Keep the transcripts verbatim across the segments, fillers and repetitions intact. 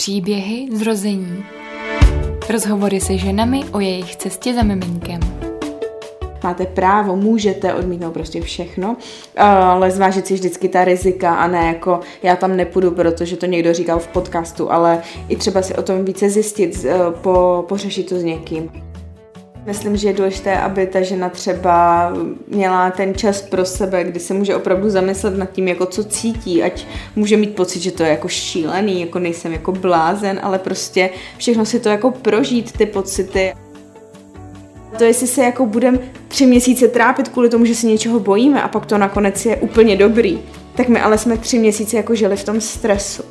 Příběhy zrození. Rozhovory se ženami o jejich cestě za miminkem. Máte právo, můžete odmítnout prostě všechno, ale zvážit si vždycky ta rizika a ne jako já tam nepůjdu, protože to někdo říkal v podcastu, ale i třeba si o tom více zjistit, po, pořešit to s někým. Myslím, že je důležité, aby ta žena třeba měla ten čas pro sebe, kdy se může opravdu zamyslet nad tím, jako co cítí, ať může mít pocit, že to je jako šílený, jako nejsem jako blázen, ale prostě všechno si to jako prožít, ty pocity. To, jestli se jako budeme tři měsíce trápit kvůli tomu, že si něčeho bojíme a pak to nakonec je úplně dobrý, tak my ale jsme tři měsíce jako žili v tom stresu.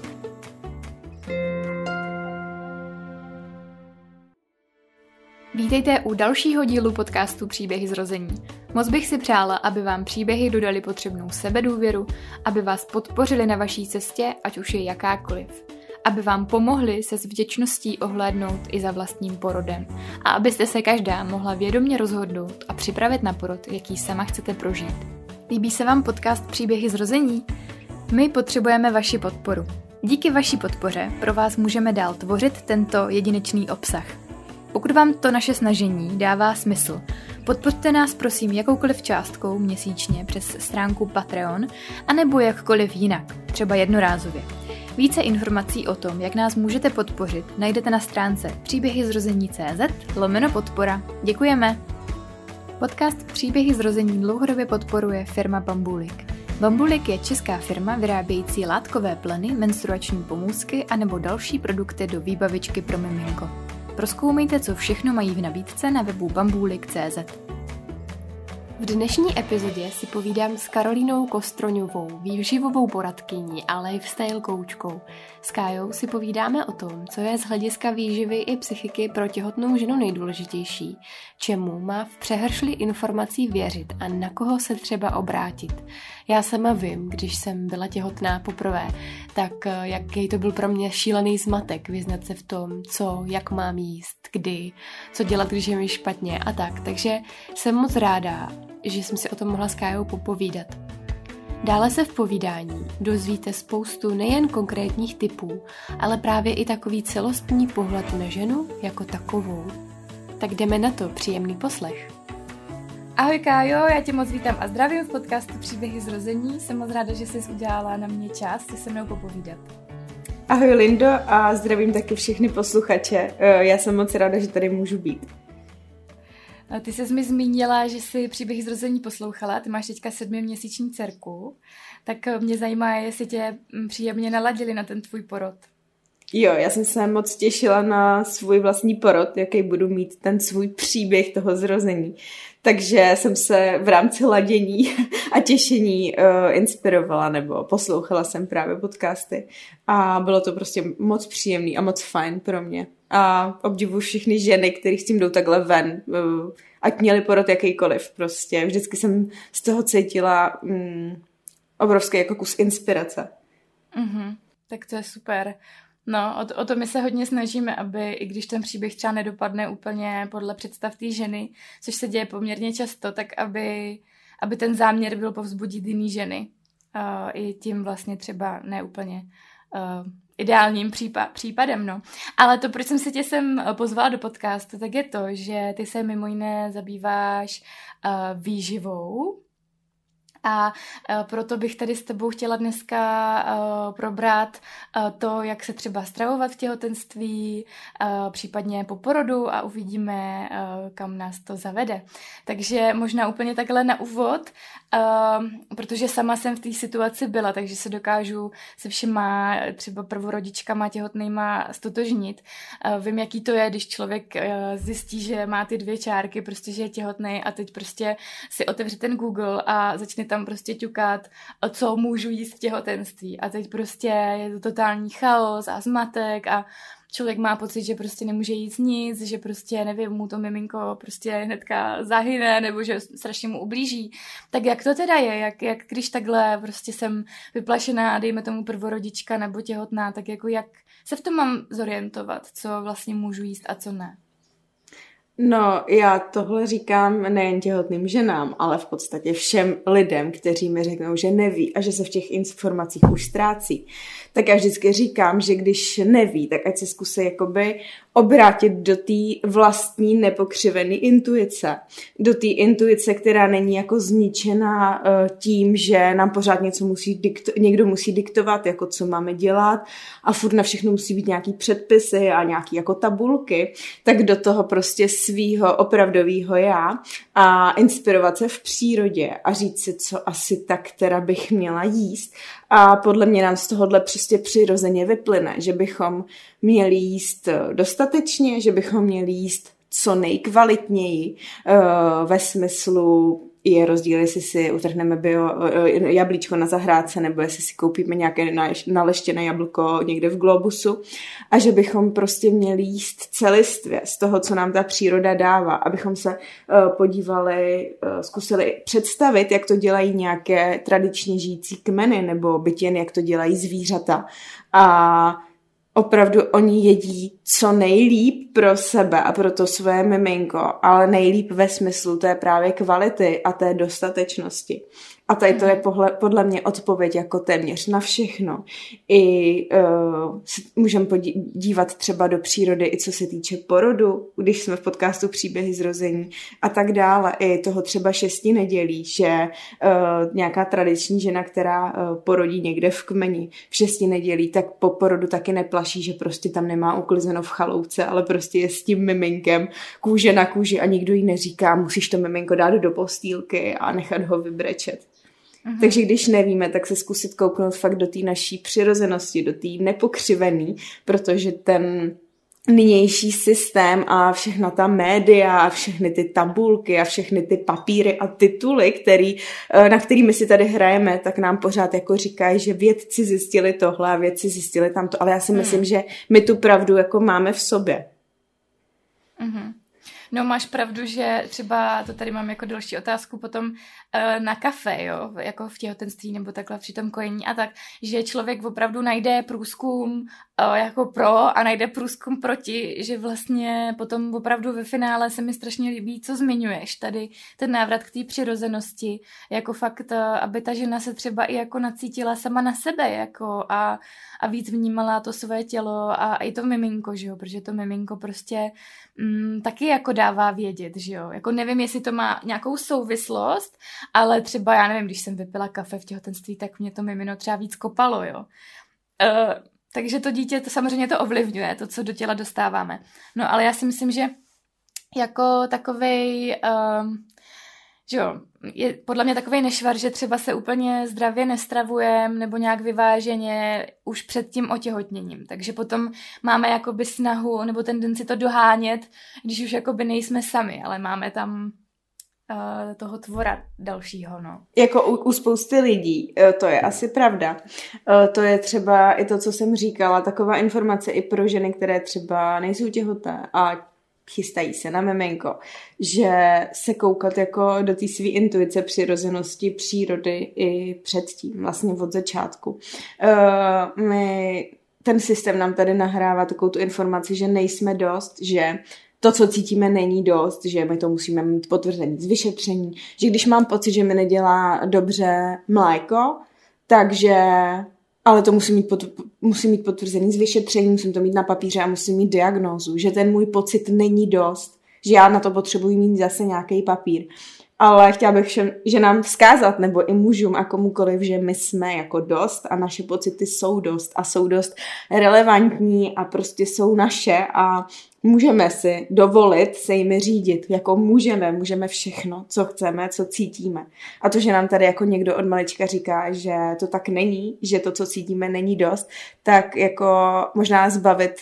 Vítejte u dalšího dílu podcastu Příběhy zrození. Moc bych si přála, aby vám příběhy dodali potřebnou sebedůvěru, aby vás podpořili na vaší cestě, ať už je jakákoliv. Aby vám pomohli se s vděčností ohlédnout i za vlastním porodem a abyste se každá mohla vědomě rozhodnout a připravit na porod, jaký sama chcete prožít. Líbí se vám podcast Příběhy zrození? My potřebujeme vaši podporu. Díky vaší podpoře pro vás můžeme dál tvořit tento jedinečný obsah. Pokud vám to naše snažení dává smysl, podpořte nás prosím jakoukoliv částkou měsíčně přes stránku Patreon, anebo jakkoliv jinak, třeba jednorázově. Více informací o tom, jak nás můžete podpořit, najdete na stránce příběhyzrození.cz lomeno podpora. Děkujeme! Podcast Příběhy zrození dlouhodobě podporuje firma Bambulik. Bambulik je česká firma vyrábějící látkové pleny, menstruační pomůcky anebo další produkty do výbavičky pro miminko. Prozkoumejte, co všechno mají v nabídce na webu bambulik tečka cé zet. V dnešní epizodě si povídám s Karolínou Kostroňovou, výživovou poradkyní a lifestyle koučkou. S Kájou si povídáme o tom, co je z hlediska výživy i psychiky pro těhotnou ženu nejdůležitější, čemu má v přehršli informací věřit a na koho se třeba obrátit. Já sama vím, když jsem byla těhotná poprvé, tak jaký to byl pro mě šílený zmatek vyznat se v tom, co, jak mám jíst, kdy, co dělat, když je mi špatně a tak. Takže jsem moc ráda, že jsem si o tom mohla s Kájou popovídat. Dále se v povídání dozvíte spoustu nejen konkrétních tipů, ale právě i takový celostní pohled na ženu jako takovou. Tak jdeme na to, příjemný poslech. Ahoj Kájo, já tě moc vítám a zdravím v podcastu Příběhy zrození. Jsem moc ráda, že jsi udělala na mě čas si se mnou popovídat. Ahoj Lindo a zdravím taky všechny posluchače. Já jsem moc ráda, že tady můžu být. Ty jsi mi zmínila, že jsi Příběhy zrození poslouchala, ty máš teďka sedmiměsíční dcerku, tak mě zajímá, jestli tě příjemně naladili na ten tvůj porod. Jo, já jsem se moc těšila na svůj vlastní porod, jaký budu mít ten svůj příběh toho zrození. Takže jsem se v rámci ladění a těšení uh, inspirovala nebo poslouchala jsem právě podcasty a bylo to prostě moc příjemný a moc fajn pro mě. A obdivuji všechny ženy, které s tím jdou takhle ven, uh, ať měli porod jakýkoliv prostě. Vždycky jsem z toho cítila um, obrovský jako kus inspirace. Mm-hmm, tak to je super. No, o to, o to my se hodně snažíme, aby i když ten příběh třeba nedopadne úplně podle představ té ženy, což se děje poměrně často, tak aby, aby ten záměr byl povzbudit jiný ženy. Uh, I tím vlastně třeba neúplně uh, ideálním případ, případem, no. Ale to, proč jsem se tě sem pozvala do podcastu, tak je to, že ty se mimo jiné zabýváš uh, výživou. A proto bych tady s tebou chtěla dneska uh, probrat uh, to, jak se třeba stravovat v těhotenství, uh, případně po porodu a uvidíme, uh, kam nás to zavede. Takže možná úplně takhle na úvod, uh, protože sama jsem v té situaci byla, takže se dokážu se všema třeba prvorodičkama těhotnýma stotožnit. Uh, vím, jaký to je, když člověk uh, zjistí, že má ty dvě čárky, prostě, že je těhotný a teď prostě si otevře ten Google a začne tam prostě ťukat, co můžu jíst v těhotenství. A teď prostě je to totální chaos a zmatek a člověk má pocit, že prostě nemůže jíst nic, že prostě, nevím, mu to miminko prostě hnedka zahyne nebo že strašně mu ublíží. Tak jak to teda je? Jak, jak když takhle prostě jsem vyplašená, dejme tomu prvorodička nebo těhotná, tak jako jak se v tom mám zorientovat, co vlastně můžu jíst a co ne? No, já tohle říkám nejen těhotným ženám, ale v podstatě všem lidem, kteří mi řeknou, že neví a že se v těch informacích už ztrácí. Tak já vždycky říkám, že když neví, tak ať se zkusí jakoby obrátit do té vlastní nepokřivené intuice. Do té intuice, která není jako zničená uh, tím, že nám pořád něco musí dikto- někdo musí diktovat, jako co máme dělat a furt na všechno musí být nějaký předpisy a nějaký jako tabulky, tak do toho prostě svýho opravdovýho já a inspirovat se v přírodě a říct si, co asi tak teda bych měla jíst. A podle mě nám z tohohle prostě přirozeně vyplyne, že bychom měli jíst dostatečně, že bychom měli jíst co nejkvalitněji ve smyslu je rozdíl, jestli si utrhneme bio jablíčko na zahrádce nebo jestli si koupíme nějaké naleštěné jablko někde v Globusu a že bychom prostě měli jíst celistvě z toho, co nám ta příroda dává, abychom se podívali, zkusili představit, jak to dělají nějaké tradičně žijící kmeny nebo byť jen jak to dělají zvířata a opravdu oni jedí co nejlíp pro sebe a pro to svoje miminko, ale nejlíp ve smyslu té právě kvality a té dostatečnosti. A tady to je pohle, podle mě odpověď jako téměř na všechno. I uh, můžeme podívat třeba do přírody, i co se týče porodu, když jsme v podcastu Příběhy zrození a tak dále. I toho třeba šesti nedělí, že uh, nějaká tradiční žena, která uh, porodí někde v kmeni v šesti nedělí, tak po porodu taky neplaší, že prostě tam nemá uklizeno v chaloupce, ale prostě je s tím miminkem kůže na kůži a nikdo jí neříká, musíš to miminko dát do postýlky a nechat ho vybrečet. Uhum. Takže když nevíme, tak se zkusit kouknout fakt do té naší přirozenosti, do té nepokřivený, protože ten nynější systém a všechna ta média a všechny ty tabulky a všechny ty papíry a tituly, který, na kterými si tady hrajeme, tak nám pořád jako říkají, že vědci zjistili tohle a vědci zjistili tamto, ale já si myslím, hmm. že my tu pravdu jako máme v sobě. Mhm. No máš pravdu, že třeba, to tady mám jako další otázku potom na kafe, jo, jako v těhotenství nebo takhle při tom kojení a tak, že člověk opravdu najde průzkum jako pro a najde průzkum proti, že vlastně potom opravdu ve finále se mi strašně líbí, co zmiňuješ, tady ten návrat k té přirozenosti, jako fakt, aby ta žena se třeba i jako nacítila sama na sebe, jako a, a víc vnímala to svoje tělo a i to miminko, že jo, protože to miminko prostě mm, taky jako dává vědět, že jo, jako nevím, jestli to má nějakou souvislost, ale třeba, já nevím, když jsem vypila kafe v těhotenství, tak mě to mimino třeba víc kopalo, jo. Uh, takže to dítě, to samozřejmě to ovlivňuje, to, co do těla dostáváme. No, ale já si myslím, že jako takovej, uh, že jo, je podle mě takovej nešvar, že třeba se úplně zdravě nestravujeme nebo nějak vyváženě už před tím otěhotněním. Takže potom máme jakoby snahu nebo tendenci to dohánět, když už jakoby nejsme sami, ale máme tam toho tvora dalšího, no. Jako u, u spousty lidí, to je asi pravda. To je třeba i to, co jsem říkala, taková informace i pro ženy, které třeba nejsou těhotné a chystají se na miminko, že se koukat jako do té své intuice, přirozenosti, přírody i předtím, vlastně od začátku. My, ten systém nám tady nahrává takovou tu informaci, že nejsme dost, že to, co cítíme, není dost, že my to musíme mít potvrzení z vyšetření, že když mám pocit, že mi nedělá dobře mléko, takže, ale to musím mít, pot, musím mít potvrzení z vyšetření, musím to mít na papíře a musím mít diagnózu, že ten můj pocit není dost, že já na to potřebuji mít zase nějaký papír. Ale chtěla bych všem, že nám vzkázat, nebo i mužům a komukoliv, že my jsme jako dost a naše pocity jsou dost a jsou dost relevantní a prostě jsou naše a můžeme si dovolit se jimi řídit, jako můžeme, můžeme všechno, co chceme, co cítíme. A to, že nám tady jako někdo od malička říká, že to tak není, že to, co cítíme, není dost, tak jako možná zbavit,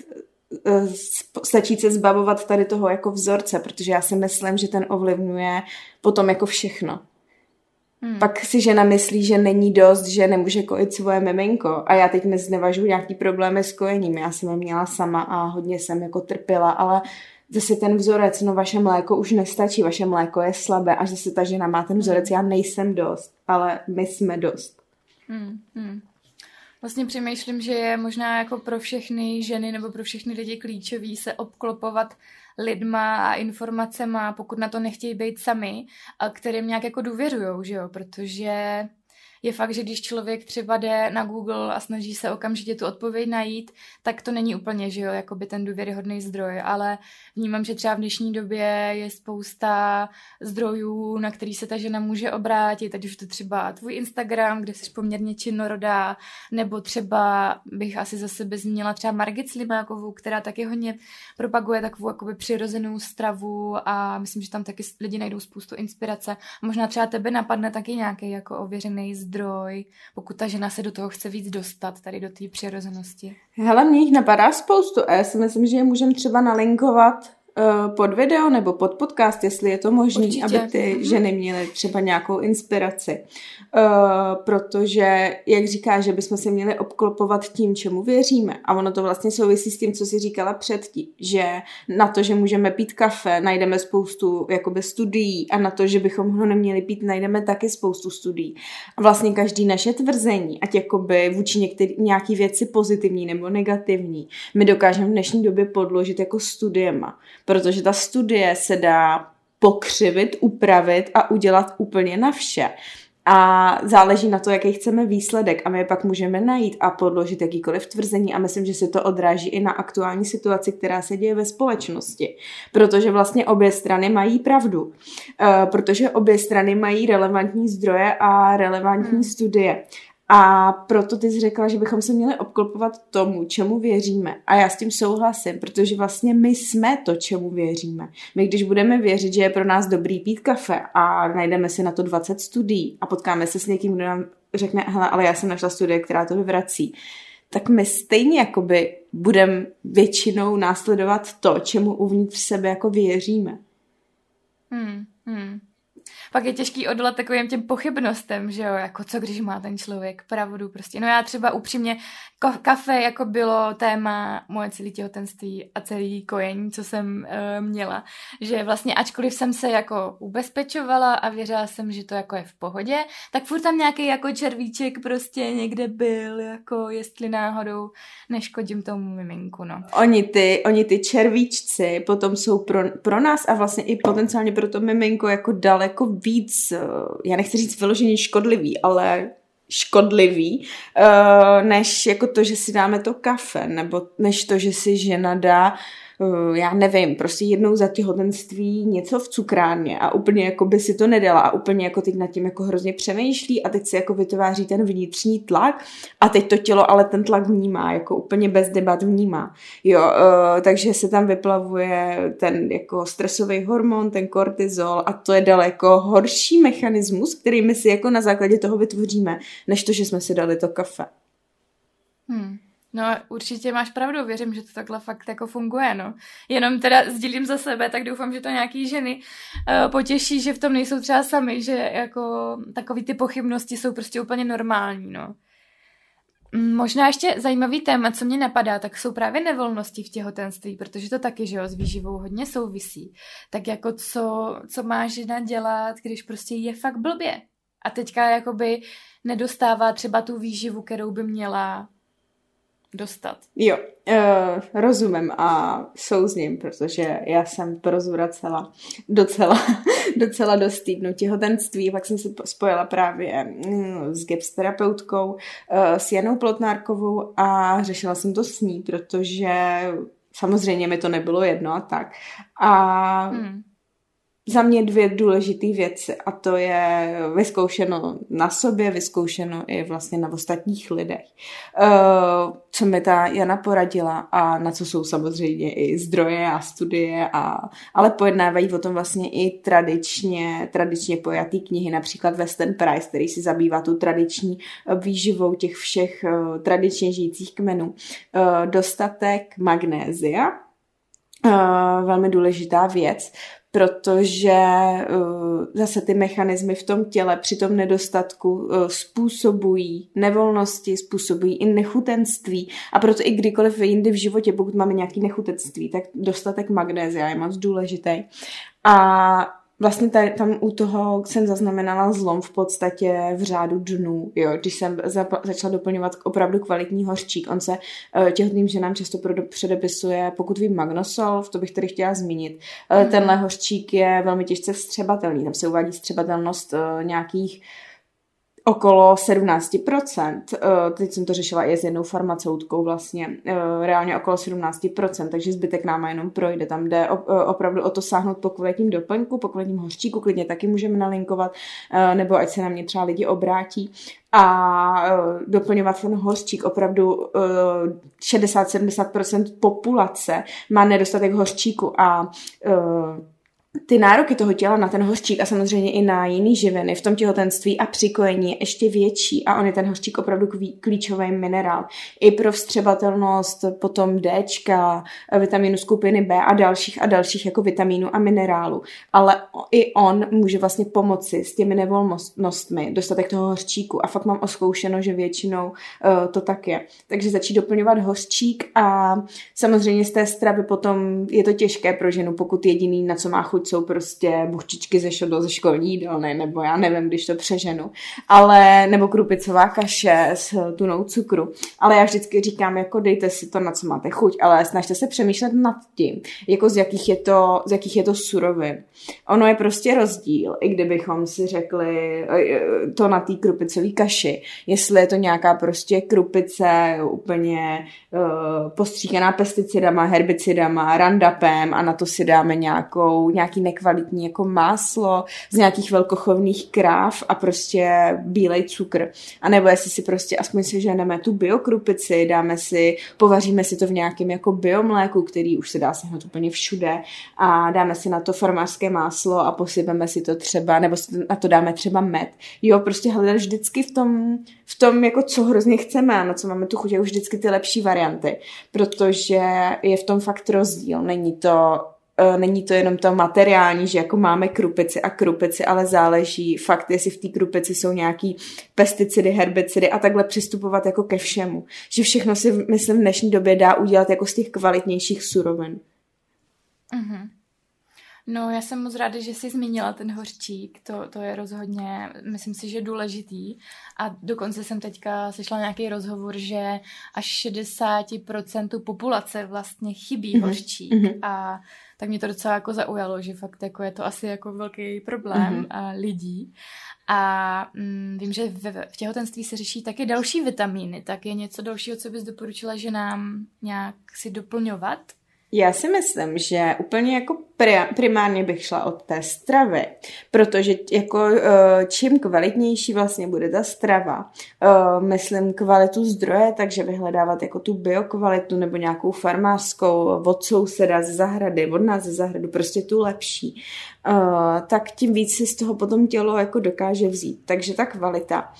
stačí se zbavovat tady toho jako vzorce, protože já si myslím, že ten ovlivňuje potom jako všechno. Hmm. Pak si žena myslí, že není dost, že nemůže kojit svoje miminko. A já teď neznevažuji nějaký problémy s kojením. Já jsem je měla sama a hodně jsem jako trpěla, ale zase ten vzorec, no vaše mléko už nestačí, vaše mléko je slabé a zase ta žena má ten vzorec, já nejsem dost, ale my jsme dost. Hmm. Hmm. Vlastně přemýšlím, že je možná jako pro všechny ženy nebo pro všechny lidi klíčový se obklopovat lidma a informacema, pokud na to nechtějí být sami, a kterým nějak jako důvěřujou, že jo, protože je fakt, že když člověk třeba jde na Google a snaží se okamžitě tu odpověď najít, tak to není úplně, že jo, jakoby ten důvěryhodný zdroj, ale vnímám, že třeba v dnešní době je spousta zdrojů, na který se ta žena může obrátit, ať už to třeba tvůj Instagram, kde jsi poměrně činorodá, nebo třeba bych asi za sebe zmínila třeba Margit Slimákovou, která taky hodně propaguje takovou jakoby přirozenou stravu a myslím, že tam taky lidi najdou spoustu inspirace. Možná třeba tebe napadne taky nějaký jako ověřený zdroj, zdroj, pokud ta žena se do toho chce víc dostat, tady do té přirozenosti. Hele, mě jich napadá spoustu a já si myslím, že je můžeme třeba nalinkovat uh, pod video nebo pod podcast, jestli je to možné, aby ty mm-hmm. ženy měly třeba nějakou inspiraci. Uh, protože, jak říká, že bychom se měli obklopovat tím, čemu věříme. A ono to vlastně souvisí s tím, co jsi říkala předtím, že na to, že můžeme pít kafe, najdeme spoustu jakoby studií a na to, že bychom ho neměli pít, najdeme taky spoustu studií. A vlastně každý naše tvrzení, ať jakoby vůči některý, nějaký věci pozitivní nebo negativní, my dokážeme v dnešní době podložit jako studiema. Protože ta studie se dá pokřivit, upravit a udělat úplně na vše. A záleží na to, jaký chceme výsledek a my je pak můžeme najít a podložit jakýkoliv tvrzení a myslím, že se to odráží i na aktuální situaci, která se děje ve společnosti. Protože vlastně obě strany mají pravdu. Uh, protože obě strany mají relevantní zdroje a relevantní hmm. studie. A proto ty jsi řekla, že bychom se měli obklopovat tomu, čemu věříme. A já s tím souhlasím, protože vlastně my jsme to, čemu věříme. My když budeme věřit, že je pro nás dobrý pít kafe a najdeme si na to dvacet studií a potkáme se s někým, kdo nám řekne, hele, ale já jsem našla studie, která to vyvrací, tak my stejně jakoby budeme většinou následovat to, čemu uvnitř sebe jako věříme. Hmm, hmm. Pak je těžký odolat takovým těm pochybnostem, že jo, jako co když má ten člověk pravdu prostě. No já třeba upřímně, kafe jako bylo téma moje celé těhotenství a celý kojení, co jsem uh, měla, že vlastně ačkoliv jsem se jako ubezpečovala a věřila jsem, že to jako je v pohodě, tak furt tam nějaký jako červíček prostě někde byl, jako jestli náhodou neškodím tomu miminku, no. Oni ty, oni ty červíčci potom jsou pro, pro nás a vlastně i potenciálně pro to miminko jako daleko víc, já nechci říct vyloženě škodlivý, ale škodlivý, než jako to, že si dáme to kafe, nebo než to, že si žena dá, já nevím, prostě jednou za těhotenství něco v cukrárně a úplně jako by si to nedala a úplně jako teď nad tím jako hrozně přemýšlí a teď si jako vytváří ten vnitřní tlak a teď to tělo ale ten tlak vnímá, jako úplně bez debat vnímá. Jo, uh, takže se tam vyplavuje ten jako stresový hormon, ten kortizol a to je daleko horší mechanismus, který my si jako na základě toho vytvoříme, než to, že jsme si dali to kafe. Hmm. No určitě máš pravdu, věřím, že to takhle fakt jako funguje, no. Jenom teda sdílím za sebe, tak doufám, že to nějaký ženy uh, potěší, že v tom nejsou třeba sami, že jako takový ty pochybnosti jsou prostě úplně normální, no. Možná ještě zajímavý téma, co mě napadá, tak jsou právě nevolnosti v těhotenství, protože to taky, že jo, s výživou hodně souvisí. Tak jako co, co má žena dělat, když prostě je fakt blbě a teďka jakoby nedostává třeba tu výživu, kterou by měla dostat. Jo, uh, rozumím a souzním, protože já jsem prozvracela docela, docela dost týdnu těhotenství, pak jsem se spojila právě mm, s G I P S terapeutkou, uh, s Janou Plotnárkovou a řešila jsem to s ní, protože samozřejmě mi to nebylo jedno a tak. A hmm. za mě dvě důležité věci a to je vyzkoušeno na sobě, vyzkoušeno i vlastně na ostatních lidech. Uh, co mi ta Jana poradila a na co jsou samozřejmě i zdroje a studie, a, ale pojednávají o tom vlastně i tradičně, tradičně pojatý knihy, například Weston Price, který si zabývá tu tradiční výživou těch všech uh, tradičně žijících kmenů. Uh, dostatek magnézia, uh, velmi důležitá věc, protože uh, zase ty mechanismy v tom těle při tom nedostatku uh, způsobují nevolnosti, způsobují i nechutenství a proto i kdykoliv jindy v životě, pokud máme nějaké nechutenství, tak dostatek magnézia je moc důležitý. A vlastně tady, tam u toho jsem zaznamenala zlom v podstatě v řádu dnů, jo, když jsem za, začala doplňovat opravdu kvalitní hořčík. On se uh, těhotným ženám často pro, předepisuje, pokud vím, Magnosolv, to bych tady chtěla zmínit. Uh, mm. Tenhle hořčík je velmi těžce vstřebatelný, tam se uvádí vstřebatelnost uh, nějakých okolo sedmnáct procent. Teď jsem to řešila i s jednou farmaceutkou vlastně. Reálně okolo sedmnáct procent, takže zbytek náma jenom projde. Tam jde opravdu o to sáhnout po kvalitním doplňku, po kvalitním hořčíku, klidně taky můžeme nalinkovat, nebo ať se na mě třeba lidi obrátí. A doplňovat ten hořčík. Opravdu šedesát až sedmdesát procent populace má nedostatek hořčíku a ty nároky toho těla na ten hořčík a samozřejmě i na jiný živiny v tom těhotenství a při kojení je ještě větší a on je ten hořčík opravdu klíčový minerál. I pro vstřebatelnost potom Dčka, vitamínu skupiny B a dalších a dalších jako vitamínů a minerálů. Ale i on může vlastně pomoci s těmi nevolnostmi, dostatek toho hořčíku a fakt mám oskoušeno, že většinou uh, to tak je. Takže začít doplňovat hořčík a samozřejmě z té stravy potom je to těžké pro ženu, pokud jediný, na co má chuť, jsou prostě buchčičky ze, šodol, ze školní jídelny, nebo já nevím, když to přeženu, ale, nebo krupicová kaše s tunou cukru. Ale já vždycky říkám, jako dejte si to, na co máte chuť, ale snažte se přemýšlet nad tím, jako z jakých je to, z jakých je to surovin. Ono je prostě rozdíl, i kdybychom si řekli to na té krupicové kaši, jestli je to nějaká prostě krupice úplně uh, postříkaná pesticidama, herbicidama, Roundupem a na to si dáme nějakou, nějaký nekvalitní jako máslo z nějakých velkochovných kráv a prostě bílej cukr. A nebo jestli si prostě aspoň si ženeme tu biokrupici, dáme si, povaříme si to v nějakém jako biomléku, který už se dá sehnat úplně všude a dáme si na to farmářské máslo a posypeme si to třeba, nebo si na to dáme třeba med. Jo, prostě hledat vždycky v tom, v tom jako co hrozně chceme a na co máme tu chuť, už vždycky ty lepší varianty, protože je v tom fakt rozdíl. Není to Není to jenom to materiální, že jako máme krupici a krupici, ale záleží fakt, jestli v té krupici jsou nějaký pesticidy, herbicidy a takhle přistupovat jako ke všemu. Že všechno si, myslím, v dnešní době dá udělat jako z těch kvalitnějších surovin. Mm-hmm. No, já jsem moc ráda, že jsi zmínila ten hořčík, to, to je rozhodně, myslím si, že důležitý a dokonce jsem teďka slyšela nějaký rozhovor, že až šedesát procent populace vlastně chybí mm-hmm. hořčík mm-hmm. a tak mě to docela jako zaujalo, že fakt jako je to asi jako velký problém mm-hmm. lidí. A mm, vím, že v, v těhotenství se řeší taky další vitamíny, tak je něco dalšího, co bys doporučila, že nám nějak si doplňovat? Já si myslím, že úplně jako primárně bych šla od té stravy, protože jako čím kvalitnější vlastně bude ta strava, myslím kvalitu zdroje, takže vyhledávat jako tu biokvalitu nebo nějakou farmářskou od souseda ze zahrady, od nás ze zahradu, prostě tu lepší, tak tím víc si z toho potom tělo jako dokáže vzít. Takže ta kvalita.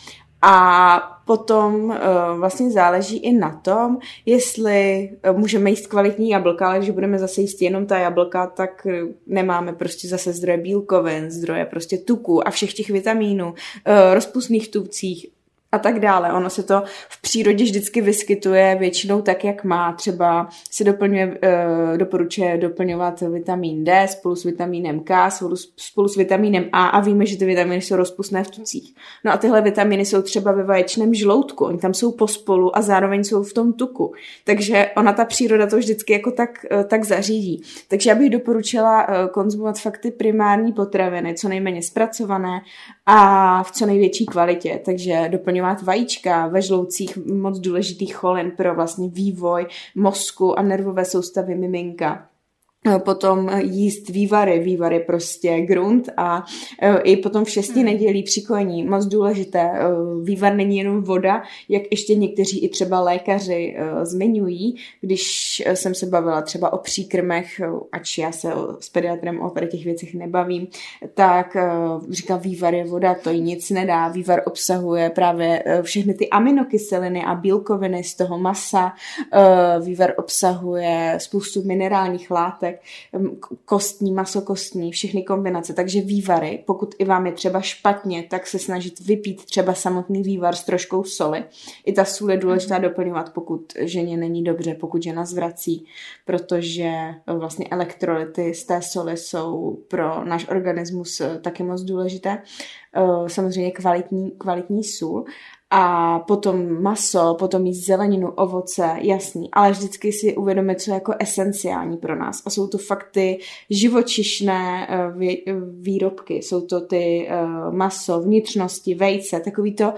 A potom uh, vlastně záleží i na tom, jestli uh, můžeme jíst kvalitní jablka, ale když budeme zase jíst jenom ta jablka, tak uh, nemáme prostě zase zdroje bílkovin, zdroje prostě tuků a všech těch vitamínů, uh, rozpustných tuvcích a tak dále. Ono se to v přírodě vždycky vyskytuje většinou tak, jak má. Třeba si doplňuje, doporučuje doplňovat vitamín D spolu s vitamínem K, spolu s vitamínem A a víme, že ty vitamíny jsou rozpustné v tucích. No a tyhle vitamíny jsou třeba ve vaječném žloutku. Oni tam jsou pospolu a zároveň jsou v tom tuku. Takže ona, ta příroda to vždycky jako tak, tak zařídí. Takže já bych doporučila konzumovat fakt ty primární potraviny, co nejméně zpracované a v co největší kvalitě. Takže doplňovat vajíčka ve žloucích, moc důležitý cholin pro vlastně vývoj mozku a nervové soustavy miminka. Potom jíst vývary, vývary prostě grunt a i potom v šesti hmm. nedělí při kojení, moc důležité. Vývar není jenom voda, jak ještě někteří i třeba lékaři zmiňují, když jsem se bavila třeba o příkrmech, ač já se s pediatrem o tady těch věcech nebavím, tak říkal, vývar je voda, to jí nic nedá. Vývar obsahuje právě všechny ty aminokyseliny a bílkoviny z toho masa. Vývar obsahuje spoustu minerálních látek, žaludek, kostní, maso kostní, všechny kombinace. Takže vývary, pokud i vám je třeba špatně, tak se snažit vypít třeba samotný vývar s troškou soli. I ta sůl je důležitá doplňovat, pokud ženě není dobře, pokud žena zvrací, protože vlastně elektrolyty z té soli jsou pro náš organismus taky moc důležité. Samozřejmě kvalitní, kvalitní sůl. A potom maso, potom jíst zeleninu, ovoce, jasný, ale vždycky si uvědomit, co je jako esenciální pro nás. A jsou to fakt ty živočišné výrobky, jsou to ty maso, vnitřnosti, vejce, takový to,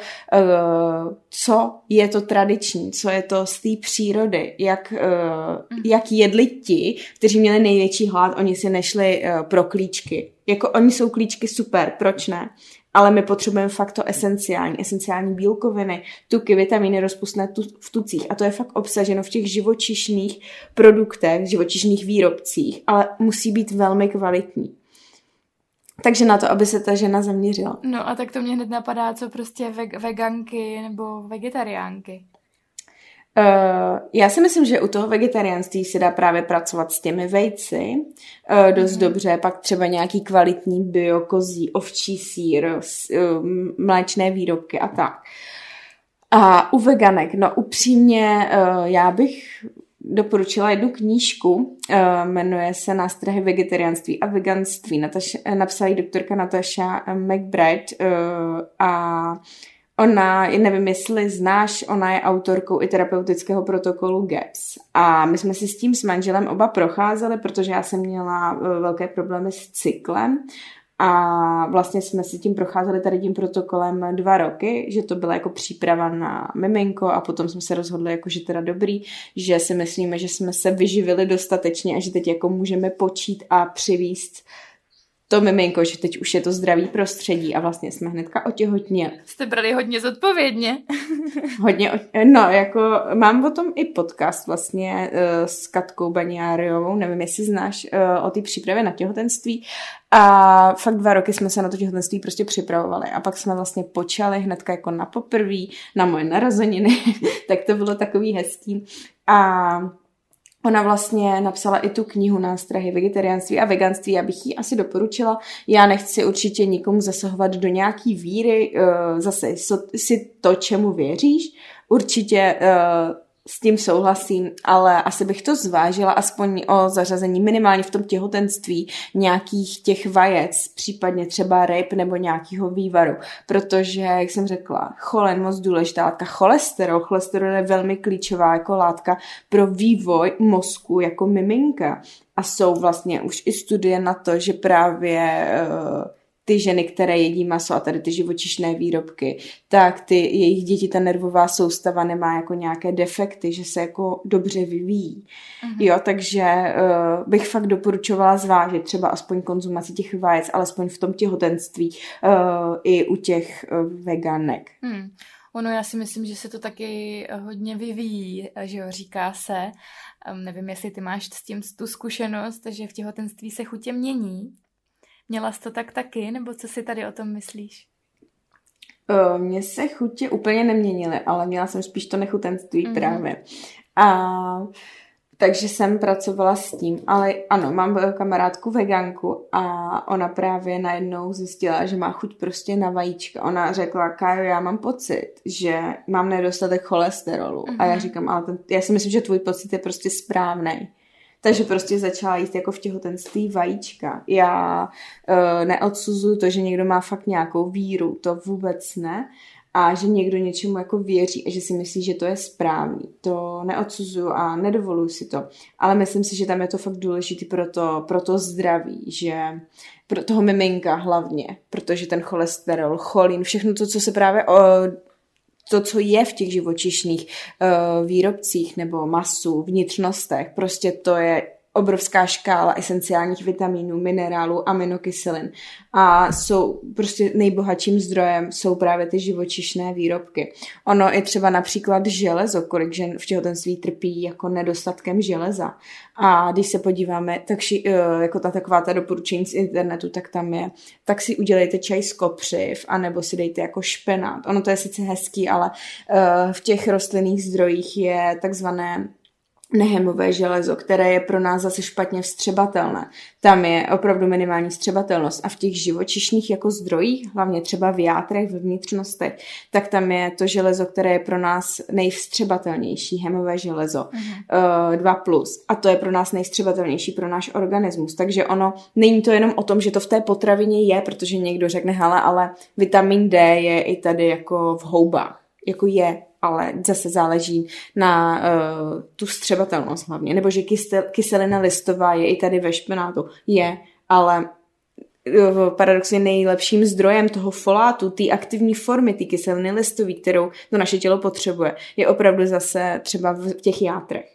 co je to tradiční, co je to z té přírody, jak, jak jedli ti, kteří měli největší hlad, oni si nešli pro klíčky. Jako oni jsou klíčky super, proč ne? Ale my potřebujeme fakt to esenciální, esenciální bílkoviny, tuky, vitamíny rozpustné tu, v tucích. A to je fakt obsaženo v těch živočišných produktech, živočišných výrobcích, ale musí být velmi kvalitní. Takže na to, aby se ta žena zaměřila. No a tak to mě hned napadá, co prostě ve- veganky nebo vegetariánky. Uh, já si myslím, že u toho vegetariánství se dá právě pracovat s těmi vejci uh, dost mm. dobře, pak třeba nějaký kvalitní bio, kozí, ovčí sýr, uh, mléčné výrobky a tak. A u veganek, no upřímně, uh, já bych doporučila jednu knížku, uh, jmenuje se Nástrahy vegetariánství a veganství. Nataša, napsala ji doktorka Natasha McBride uh, a ona, nevím, jestli znáš, ona je autorkou i terapeutického protokolu G A P S. A my jsme si s tím s manželem oba procházeli, protože já jsem měla velké problémy s cyklem. A vlastně jsme si tím procházeli tady tím protokolem dva roky, že to byla jako příprava na miminko a potom jsme se rozhodli, jako, že teda dobrý, že si myslíme, že jsme se vyživili dostatečně a že teď jako můžeme počít a přivízt to miminko, že teď už je to zdravý prostředí a vlastně jsme hnedka otěhotněli. Jste brali hodně zodpovědně. Hodně, no jako mám o tom i podcast vlastně uh, s Katkou Baniáriovou, nevím, jestli znáš uh, o té přípravě na těhotenství a fakt dva roky jsme se na to těhotenství prostě připravovali a pak jsme vlastně počali hnedka jako na poprví, na moje narozeniny, tak to bylo takový hezký a ona vlastně napsala i tu knihu Nástrahy vegetariánství a veganství, já bych ji asi doporučila. Já nechci určitě nikomu zasahovat do nějaký víry, zase si to, čemu věříš. Určitě s tím souhlasím, ale asi bych to zvážila aspoň o zařazení minimálně v tom těhotenství nějakých těch vajec, případně třeba ryb nebo nějakého vývaru, protože, jak jsem řekla, cholen moc důležitá látka, cholesterol, cholesterol je velmi klíčová jako látka pro vývoj mozku jako miminka a jsou vlastně už i studie na to, že právě uh, ty ženy, které jedí maso a tady ty živočišné výrobky, tak ty jejich děti, ta nervová soustava nemá jako nějaké defekty, že se jako dobře vyvíjí. Uh-huh. Jo, takže uh, bych fakt doporučovala zvážit třeba aspoň konzumaci těch vajec, alespoň v tom těhotenství uh, i u těch uh, veganek. Hmm. Ono, já si myslím, že se to taky hodně vyvíjí, že jo, říká se. Um, nevím, jestli ty máš s tím tu zkušenost, že v těhotenství se chutě mění. Měla jsi to tak taky, nebo co si tady o tom myslíš? Mně se chutě úplně neměnily, ale měla jsem spíš to nechutenství mm-hmm. právě. A takže jsem pracovala s tím, ale ano, mám kamarádku veganku a ona právě najednou zjistila, že má chuť prostě na vajíčka. Ona řekla, Kájo, já mám pocit, že mám nedostatek cholesterolu. Mm-hmm. A já říkám, ale ten, já si myslím, že tvůj pocit je prostě správnej. Takže prostě začala jíst jako v těhotenství vajíčka. Já e, neodsuzuju to, že někdo má fakt nějakou víru, to vůbec ne. A že někdo něčemu jako věří a že si myslí, že to je správný. To neodsuzuju a nedovoluju si to. Ale myslím si, že tam je to fakt důležitý pro to, pro to zdraví, že pro toho miminka hlavně, protože ten cholesterol, cholín, všechno to, co se právě... O, to, co je v těch živočišných uh, výrobcích nebo masu, vnitřnostech, prostě to je obrovská škála esenciálních vitamínů, minerálů, aminokyselin a jsou prostě nejbohatším zdrojem jsou právě ty živočišné výrobky. Ono je třeba například železo, kolik žen v těhotenství trpí jako nedostatkem železa. A když se podíváme, tak ši, jako ta taková ta doporučení z internetu, tak tam je, tak si udělejte čaj z kopřiv, anebo si dejte jako špenát. Ono to je sice hezký, ale uh, v těch rostlinných zdrojích je takzvané nehemové železo, které je pro nás zase špatně vstřebatelné. Tam je opravdu minimální vstřebatelnost a v těch živočišných jako zdrojích, hlavně třeba v játrech, ve vnitřnostech, tak tam je to železo, které je pro nás nejvstřebatelnější, hemové železo, uh-huh. dva plus. A to je pro nás nejvstřebatelnější pro náš organismus. Takže ono, není to jenom o tom, že to v té potravině je, protože někdo řekne, hele, ale vitamin D je i tady jako v houbách. Jako je, ale zase záleží na uh, tu vstřebatelnost hlavně. Nebo že kysel, kyselina listová je i tady ve špenátu. Je, ale uh, paradoxně nejlepším zdrojem toho folátu, té aktivní formy, té kyseliny listové, kterou to naše tělo potřebuje, je opravdu zase třeba v těch játrech.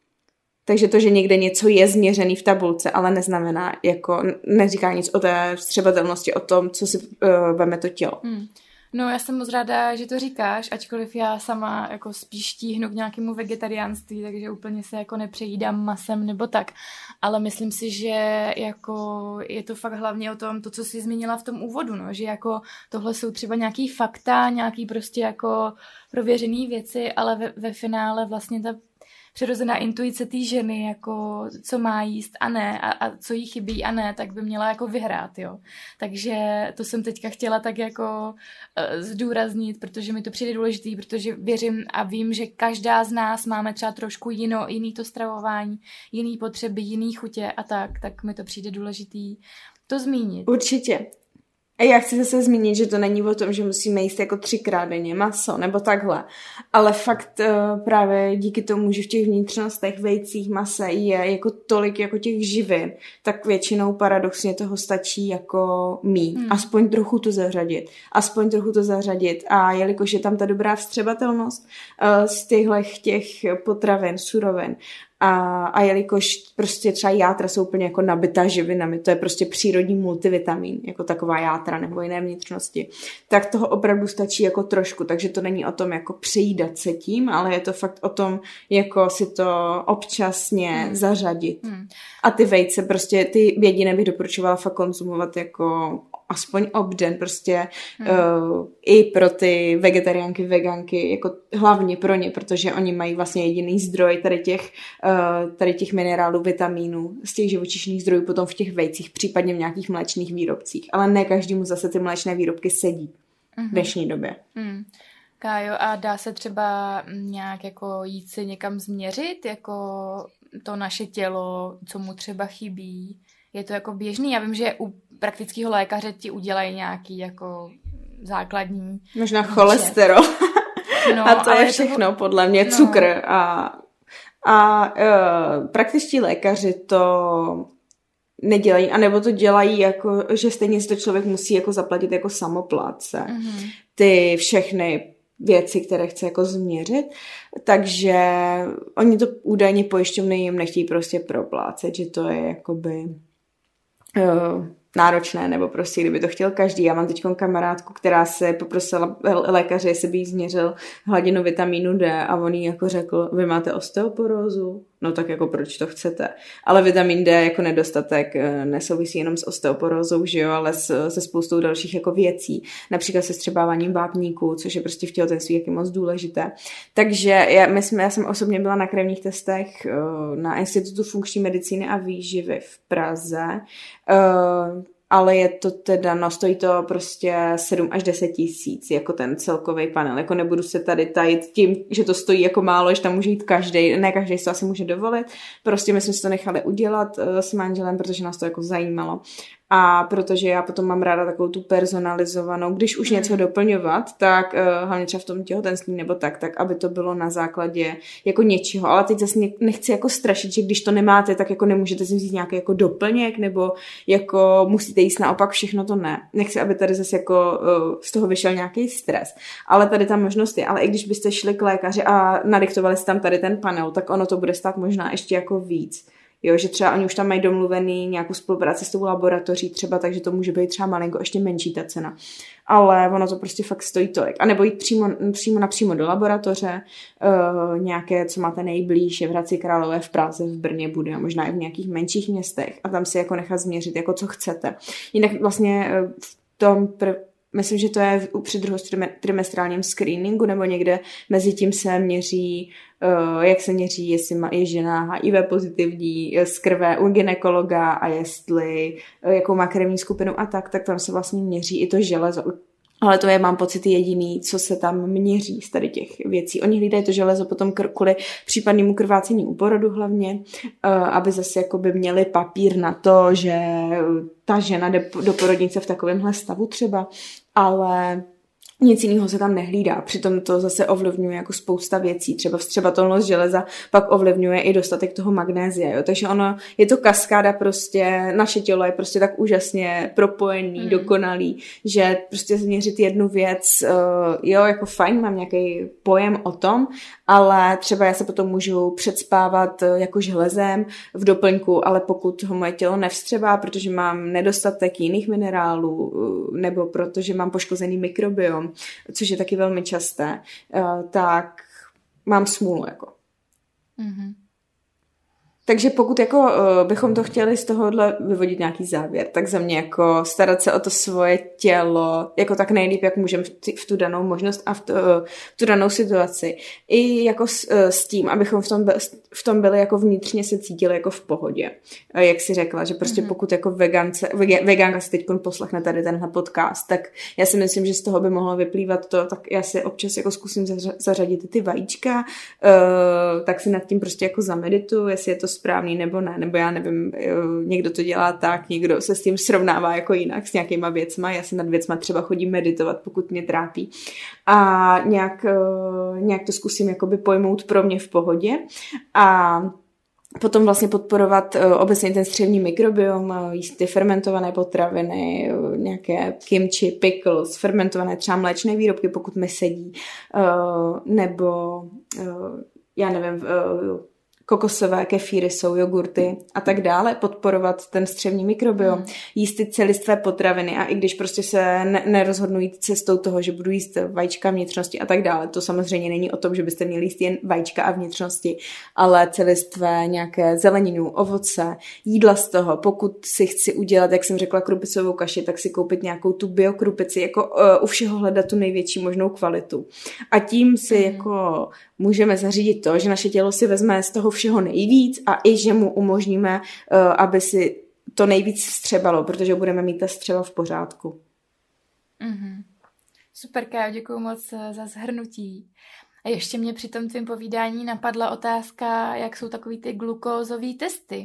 Takže to, že někde něco je změřený v tabulce, ale neznamená, jako neříká nic o té vstřebatelnosti, o tom, co si uh, veme to tělo. Hmm. No, já jsem moc ráda, že to říkáš, ačkoliv já sama jako spíš tíhnu k nějakému vegetariánství, takže úplně se jako nepřejídám masem nebo tak. Ale myslím si, že jako je to fakt hlavně o tom, to, co jsi zmínila v tom úvodu, no, že jako tohle jsou třeba nějaký fakta, nějaký prostě jako prověřený věci, ale ve, ve finále vlastně ta přirozená intuice té ženy, jako co má jíst a ne, a, a co jí chybí a ne, tak by měla jako vyhrát, jo. Takže to jsem teďka chtěla tak jako uh, zdůraznit, protože mi to přijde důležitý, protože věřím a vím, že každá z nás máme třeba trošku jino, jiný to stravování, jiný potřeby, jiný chutě a tak, tak mi to přijde důležitý to zmínit. Určitě. A já chci zase zmínit, že to není o tom, že musíme jíst jako třikrát denně maso, nebo takhle. Ale fakt uh, právě díky tomu, že v těch vnitřnostech, vejcích, mase je jako tolik jako těch živin, tak většinou paradoxně toho stačí jako mít. Hmm. Aspoň trochu to zařadit. Aspoň trochu to zařadit. A jelikož je tam ta dobrá vstřebatelnost uh, z těchto těch potravin, surovin, A, a jelikož prostě třeba játra jsou úplně jako nabitá živinami, to je prostě přírodní multivitamin, jako taková játra nebo jiné vnitřnosti, tak toho opravdu stačí jako trošku, takže to není o tom jako přejídat se tím, ale je to fakt o tom jako si to občasně hmm. zařadit. Hmm. A ty vejce prostě, ty jediné bych doporučovala fakt konzumovat jako aspoň obden prostě hmm. uh, i pro ty vegetariánky, veganky, jako hlavně pro ně, protože oni mají vlastně jediný zdroj tady těch, uh, tady těch minerálů, vitamínů z těch živočišných zdrojů potom v těch vejcích, případně v nějakých mléčných výrobcích. Ale ne každému zase ty mléčné výrobky sedí hmm. v dnešní době. Hmm. Kájo, a dá se třeba nějak jako jít si někam změřit, jako to naše tělo, co mu třeba chybí? Je to jako běžný? Já vím, že u praktického lékaře ti udělají nějaký jako základní... Možná cholesterol. No, a to je všechno, toho... podle mě, no. Cukr. A, a uh, praktičtí lékaři to nedělají, anebo to dělají jako, že stejně si to člověk musí jako zaplatit jako samoplátce. Mm-hmm. Ty všechny věci, které chce jako změřit, takže oni to údajně pojišťovny jim nechtějí prostě proplácet, že to je jakoby uh, náročné, nebo prostě kdyby to chtěl každý. Já mám teď kamarádku, která se poprosila lékaře, jestli by jí změřil hladinu vitamínu D a on jí jako řekl, vy máte osteoporózu? No tak jako proč to chcete? Ale vitamin D jako nedostatek nesouvisí jenom s osteoporózou, že jo, ale s, se spoustou dalších jako věcí. Například se střebáváním vápníků, což je prostě v těhotenství jak je moc důležité. Takže já, my jsme, já jsem osobně byla na krevních testech na Institutu funkční medicíny a výživy v Praze. Ale je to teda, no stojí to prostě sedm až deset tisíc, jako ten celkový panel. Jako nebudu se tady tajit tím, že to stojí jako málo, že tam může jít každý, ne každý si to asi může dovolit. Prostě my jsme si to nechali udělat uh, s manželem, protože nás to jako zajímalo. A protože já potom mám ráda takovou tu personalizovanou, když už něco doplňovat, tak uh, hlavně třeba v tom těhotenství nebo tak, tak aby to bylo na základě jako něčeho. Ale teď zase nechci jako strašit, že když to nemáte, tak jako nemůžete si vzít nějaký jako doplněk nebo jako musíte jíst naopak všechno, to ne. Nechci, aby tady zase jako uh, z toho vyšel nějaký stres. Ale tady ta možnost je. Ale i když byste šli k lékaři a nadiktovali si tam tady ten panel, tak ono to bude stát možná ještě jako víc. Jo, že třeba oni už tam mají domluvený nějakou spolupráci s tou laboratoří třeba, takže to může být třeba malinko ještě menší ta cena. Ale ono to prostě fakt stojí tolik. A nebo jít přímo, přímo napřímo do laboratoře, uh, nějaké, co máte nejblíž, je v Hradci Králové, v Praze, v Brně bude, možná i v nějakých menších městech a tam si jako nechat změřit, jako co chcete. Jinak vlastně v tom prv, myslím, že to je při druhotrimestrálním screeningu, nebo někde mezi tím se měří, uh, jak se měří, jestli má, je žena H I V pozitivní z krve u gynekologa a jestli, uh, jakou má krevní skupinu a tak, tak tam se vlastně měří i to železo. Ale to je, mám pocit, jediný, co se tam měří z tady těch věcí. Oni hlídají to železo potom kr- kvůli případnému krvácení u porodu hlavně, uh, aby zase jakoby měli papír na to, že ta žena jde do porodnice v takovémhle stavu třeba, ale nic jiného se tam nehlídá. Přitom to zase ovlivňuje jako spousta věcí. Třeba vstřebatelnost železa pak ovlivňuje i dostatek toho magnézia. Jo? Takže ono je to kaskáda prostě, naše tělo je prostě tak úžasně propojený, mm. dokonalý, že prostě změřit jednu věc, uh, jo, jako fajn, mám nějaký pojem o tom, ale třeba já se potom můžu předspávat jako železem v doplňku, ale pokud ho moje tělo nevstřebá, protože mám nedostatek jiných minerálů nebo protože mám poškozený mikrobiom, což je taky velmi časté, tak mám smůlu. Jako. Mm-hmm. Takže pokud jako uh, bychom to chtěli z tohohle vyvodit nějaký závěr, tak za mě jako starat se o to svoje tělo jako tak nejlíp, jak můžeme v, t- v tu danou možnost a v, t- uh, v tu danou situaci. I jako s, uh, s tím, abychom v tom, by, v tom byli jako vnitřně se cítili jako v pohodě. Uh, jak jsi řekla, že prostě mm-hmm. pokud jako vegánce, vegánka si teď poslechne tady tenhle podcast, tak já si myslím, že z toho by mohlo vyplývat to, tak já si občas jako zkusím zařadit ty vajíčka, uh, tak si nad tím prostě jako zamedituju, jestli je to správný nebo ne, nebo já nevím, někdo to dělá tak, někdo se s tím srovnává jako jinak s nějakýma věcma, já si nad věcma třeba chodím meditovat, pokud mě trápí a nějak, nějak to zkusím jakoby pojmout pro mě v pohodě a potom vlastně podporovat obecně ten střevní mikrobiom, jíst ty fermentované potraviny, nějaké kimchi, pickles, fermentované třeba mléčné výrobky, pokud mi sedí, nebo já nevím, kokosové kefíry jsou, jogurty a tak dále, podporovat ten střevní mikrobiom, mm. jíst ty celistvé potraviny a i když prostě se ne- nerozhodnu jít cestou toho, že budu jíst vajíčka, vnitřnosti a tak dále, to samozřejmě není o tom, že byste měli jíst jen vajíčka a vnitřnosti, ale celistvé nějaké zeleninu, ovoce, jídla z toho, pokud si chci udělat, jak jsem řekla, krupicovou kaši, tak si koupit nějakou tu biokrupici, jako uh, u všeho hledat tu největší možnou kvalitu. A tím si mm. jako můžeme zařídit to, že naše tělo si vezme z toho všeho nejvíc a i, že mu umožníme, uh, aby si to nejvíc vstřebalo, protože budeme mít ta střeva v pořádku. Mm-hmm. Super, Kájo, děkuju moc za shrnutí. A ještě mě při tom tvým povídání napadla otázka, jak jsou takový ty glukózový testy.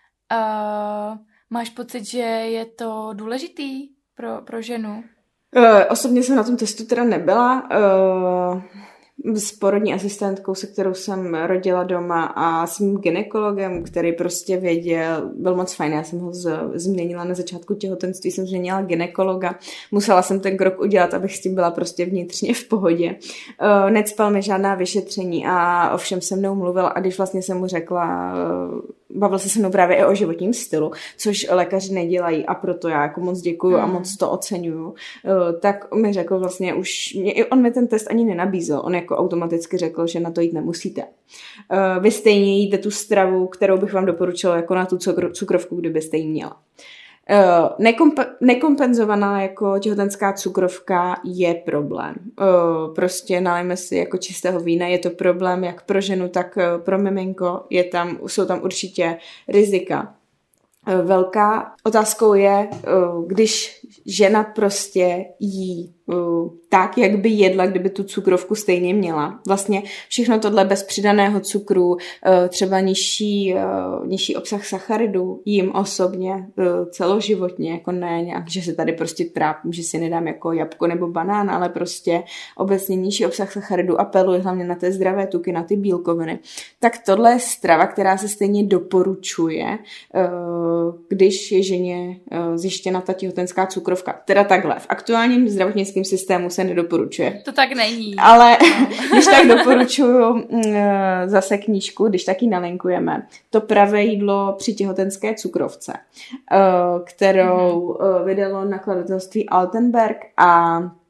Uh, máš pocit, že je to důležitý pro, pro ženu? Uh, osobně jsem na tom testu teda nebyla. Uh... s porodní asistentkou, se kterou jsem rodila doma a s mým gynekologem, který prostě věděl, byl moc fajn, já jsem ho z, změnila na začátku těhotenství, jsem změnila gynekologa, musela jsem ten krok udělat, abych s tím byla prostě vnitřně v pohodě. Uh, necpal mi žádná vyšetření a o všem se mnou mluvil a když vlastně jsem mu řekla, uh, bavil se se mnou právě i o životním stylu, což lékaři nedělají a proto já jako moc děkuju mm. a moc to oceňuju, uh, tak mi řekl vlastně už, mě, on mi ten test ani nenabízel, on jako automaticky řekl, že na to jít nemusíte. Uh, vy stejně jíte tu stravu, kterou bych vám doporučila jako na tu cukr- cukrovku, kdybyste ji měla. Uh, nekomp- nekompenzovaná jako těhotenská cukrovka je problém. Uh, prostě nalijeme si jako čistého vína, je to problém jak pro ženu, tak pro miminko, je tam, jsou tam určitě rizika. Uh, velká otázkou je, uh, když žena prostě jí uh, tak, jak by jedla, kdyby tu cukrovku stejně měla. Vlastně všechno tohle bez přidaného cukru, uh, třeba nižší, uh, nižší obsah sacharidů jím osobně uh, celoživotně, jako ne nějak, že se tady prostě trápím, že si nedám jako jabko nebo banán, ale prostě obecně nižší obsah sacharidů, apeluji hlavně na ty zdravé tuky, na ty bílkoviny. Tak tohle je strava, která se stejně doporučuje, uh, když je ženě uh, zjištěna ta těhotenská cukrovka. Teda takhle, v aktuálním zdravotnickém systému se nedoporučuje. To tak není. Ale když tak doporučuju zase knížku, když taky nalinkujeme, To pravé jídlo při těhotenské cukrovce, kterou mm-hmm. vydalo nakladatelství Altenberg a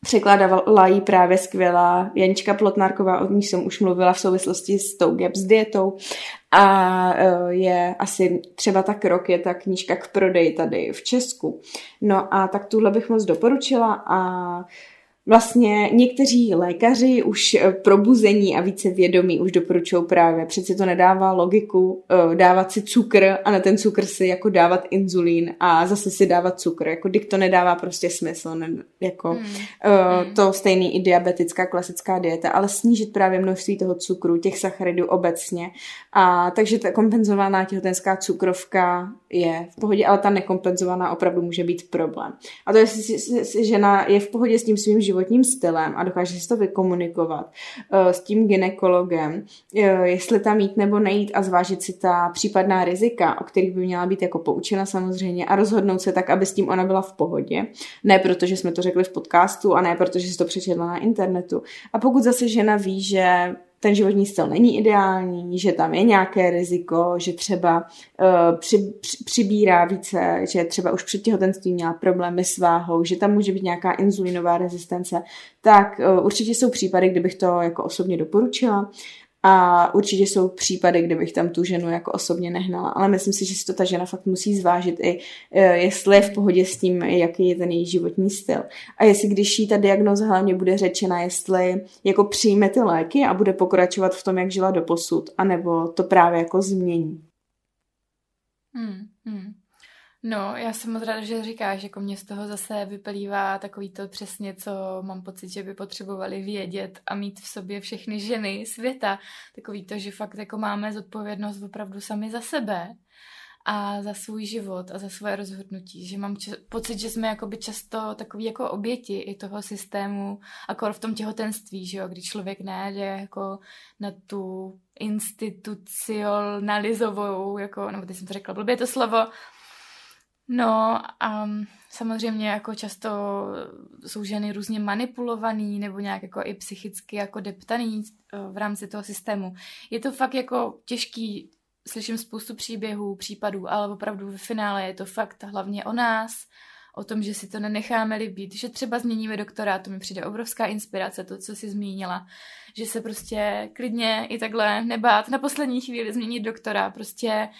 Překládala jí právě skvělá Janička Plotnárková, o ní jsem už mluvila v souvislosti s tou Gaps dietou. A je asi třeba tak rok, je ta knížka k prodeji tady v Česku. No a tak tuhle bych moc doporučila a vlastně někteří lékaři už probuzení a více vědomí už doporučují právě, přeci to nedává logiku dávat si cukr a na ten cukr si jako dávat inzulín a zase si dávat cukr, jako když to nedává prostě smysl, ne, jako hmm. uh, to stejný i diabetická klasická dieta, ale snížit právě množství toho cukru, těch sacharidů obecně a takže ta kompenzovaná těhotenská cukrovka je v pohodě, ale ta nekompenzovaná opravdu může být problém. A to jestli žena je v pohodě s tím svým životním stylem a dokáže si to vykomunikovat uh, s tím gynekologem, uh, jestli tam jít nebo nejít a zvážit si ta případná rizika, o kterých by měla být jako poučena samozřejmě a rozhodnout se tak, aby s tím ona byla v pohodě. Ne protože jsme to řekli v podcastu a ne protože si to přečetla na internetu. A pokud zase žena ví, že ten životní styl není ideální, že tam je nějaké riziko, že třeba uh, při, při, přibírá více, že třeba už před těhotenstvím měla problémy s váhou, že tam může být nějaká inzulínová rezistence, tak uh, určitě jsou případy, kdybych to jako osobně doporučila a určitě jsou případy, kdybych tam tu ženu jako osobně nehnala, ale myslím si, že si to ta žena fakt musí zvážit i jestli je v pohodě s tím, jaký je ten její životní styl. A jestli když jí ta diagnóza hlavně bude řečena, jestli jako přijme ty léky a bude pokračovat v tom, jak žila doposud, anebo to právě jako změní. Hmm, hmm. No, já jsem moc ráda, že říkáš, jako mě z toho zase vyplývá takový to přesně, co mám pocit, že by potřebovali vědět a mít v sobě všechny ženy světa. Takový to, že fakt jako máme zodpovědnost opravdu sami za sebe a za svůj život a za svoje rozhodnutí. Že mám č- pocit, že jsme jakoby často takový jako oběti i toho systému, akor v tom těhotenství, že jo, kdy člověk nejde jako na tu institucionalizovou, jako, nebo teď jsem to řekla, blbě to slovo. No a samozřejmě jako často jsou ženy různě manipulovaný nebo nějak jako i psychicky jako deptaný v rámci toho systému. Je to fakt jako těžký, slyším spoustu příběhů, případů, ale opravdu ve finále je to fakt hlavně o nás, o tom, že si to nenecháme líbit, že třeba změníme doktora, to mi přijde obrovská inspirace, to, co jsi zmínila, že se prostě klidně i takhle nebát na poslední chvíli změnit doktora, prostě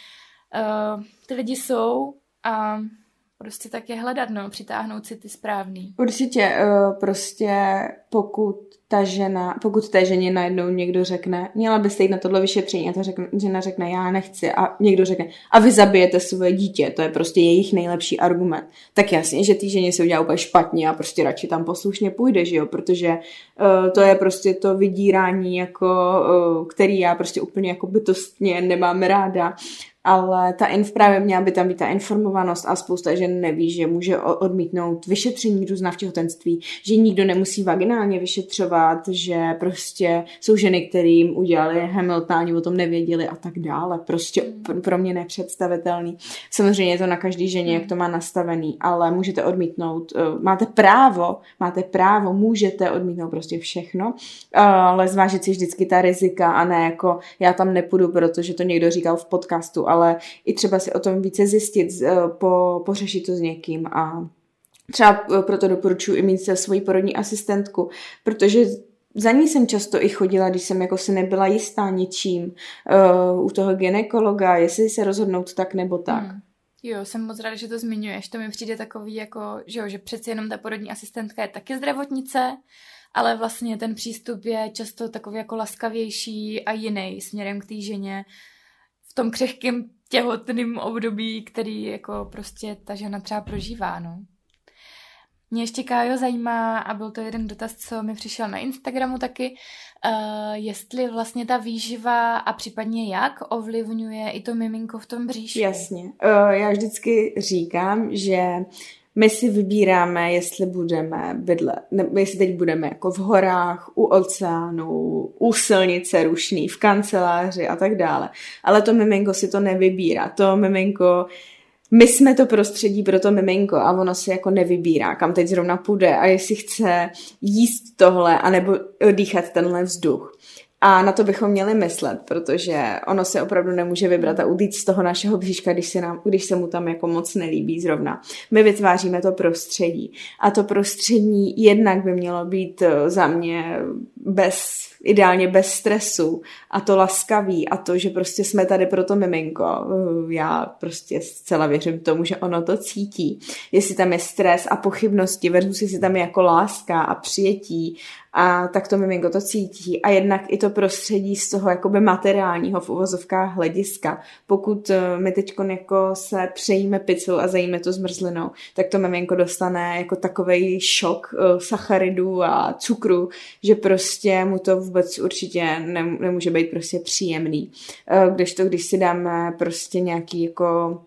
uh, ty lidi jsou a prostě tak je hledat, no, přitáhnout si ty správný. Určitě, uh, prostě pokud ta žena, pokud té ženě najednou někdo řekne, měla byste jít na tohle vyšetření a ta řekne, žena řekne, já nechci a někdo řekne, a vy zabijete svoje dítě, to je prostě jejich nejlepší argument. Tak jasně, že ty ženě se udělá úplně špatně a prostě radši tam poslušně půjde, že jo, protože uh, to je prostě to vydírání, jako, uh, který já prostě úplně jako bytostně nemám ráda. Ale ta inf právě měla by tam být ta informovanost a spousta žen neví, že může odmítnout vyšetření různá v těhotenství, že nikdo nemusí vaginálně vyšetřovat, že prostě jsou ženy, kterým udělali Hamiltoni, o tom nevěděli a tak dále. Prostě pro mě nepředstavitelný. Samozřejmě je to na každý ženě, jak to má nastavený, ale můžete odmítnout, máte právo, máte právo, můžete odmítnout prostě všechno, ale zvážit si vždycky ta rizika a ne jako já tam nepůjdu, protože to někdo říkal v podcastu, ale i třeba si o tom více zjistit, po, pořešit to s někým a třeba proto doporučuji i mít svoji porodní asistentku, protože za ní jsem často i chodila, když jsem jako si nebyla jistá ničím uh, u toho gynekologa, jestli se rozhodnout tak nebo tak. Hmm. Jo, jsem moc ráda, že to zmiňuješ. To mi přijde takový jako, že, jo, že přeci jenom ta porodní asistentka je taky zdravotnice, ale vlastně ten přístup je často takový jako laskavější a jiný směrem k té ženě v tom křehkém těhotném období, který jako prostě ta žena třeba prožívá, no. Mě ještě, Kájo, zajímá, a byl to jeden dotaz, co mi přišel na Instagramu taky, uh, jestli vlastně ta výživa a případně jak ovlivňuje i to miminko v tom bříšku. Jasně. Uh, já vždycky říkám, že my si vybíráme, jestli budeme bydlet, nebo jestli teď budeme jako v horách, u oceánu, u silnice rušný, v kanceláři a tak dále. Ale to miminko si to nevybírá. To miminko, my jsme to prostředí pro to miminko a ono si jako nevybírá, kam teď zrovna půjde a jestli chce jíst tohle, anebo dýchat tenhle vzduch. A na to bychom měli myslet, protože ono se opravdu nemůže vybrat a udít z toho našeho bříška, když se, nám, když se mu tam jako moc nelíbí zrovna. My vytváříme to prostředí. A to prostředí jednak by mělo být za mě bez, ideálně bez stresu a to laskavý a to, že prostě jsme tady pro to miminko. Já prostě zcela věřím tomu, že ono to cítí. Jestli tam je stres a pochybnosti versus jestli tam je jako láska a přijetí, a tak to miminko to cítí. A jednak i to prostředí z toho jakoby materiálního v uvozovkách hlediska. Pokud my teď jako se přejíme pizzou a zajíme to zmrzlinou, tak to miminko dostane jako takovej šok sacharidů a cukru, že prostě mu to vůbec určitě nemůže být prostě příjemný. Kdežto, když si dáme prostě nějaký jako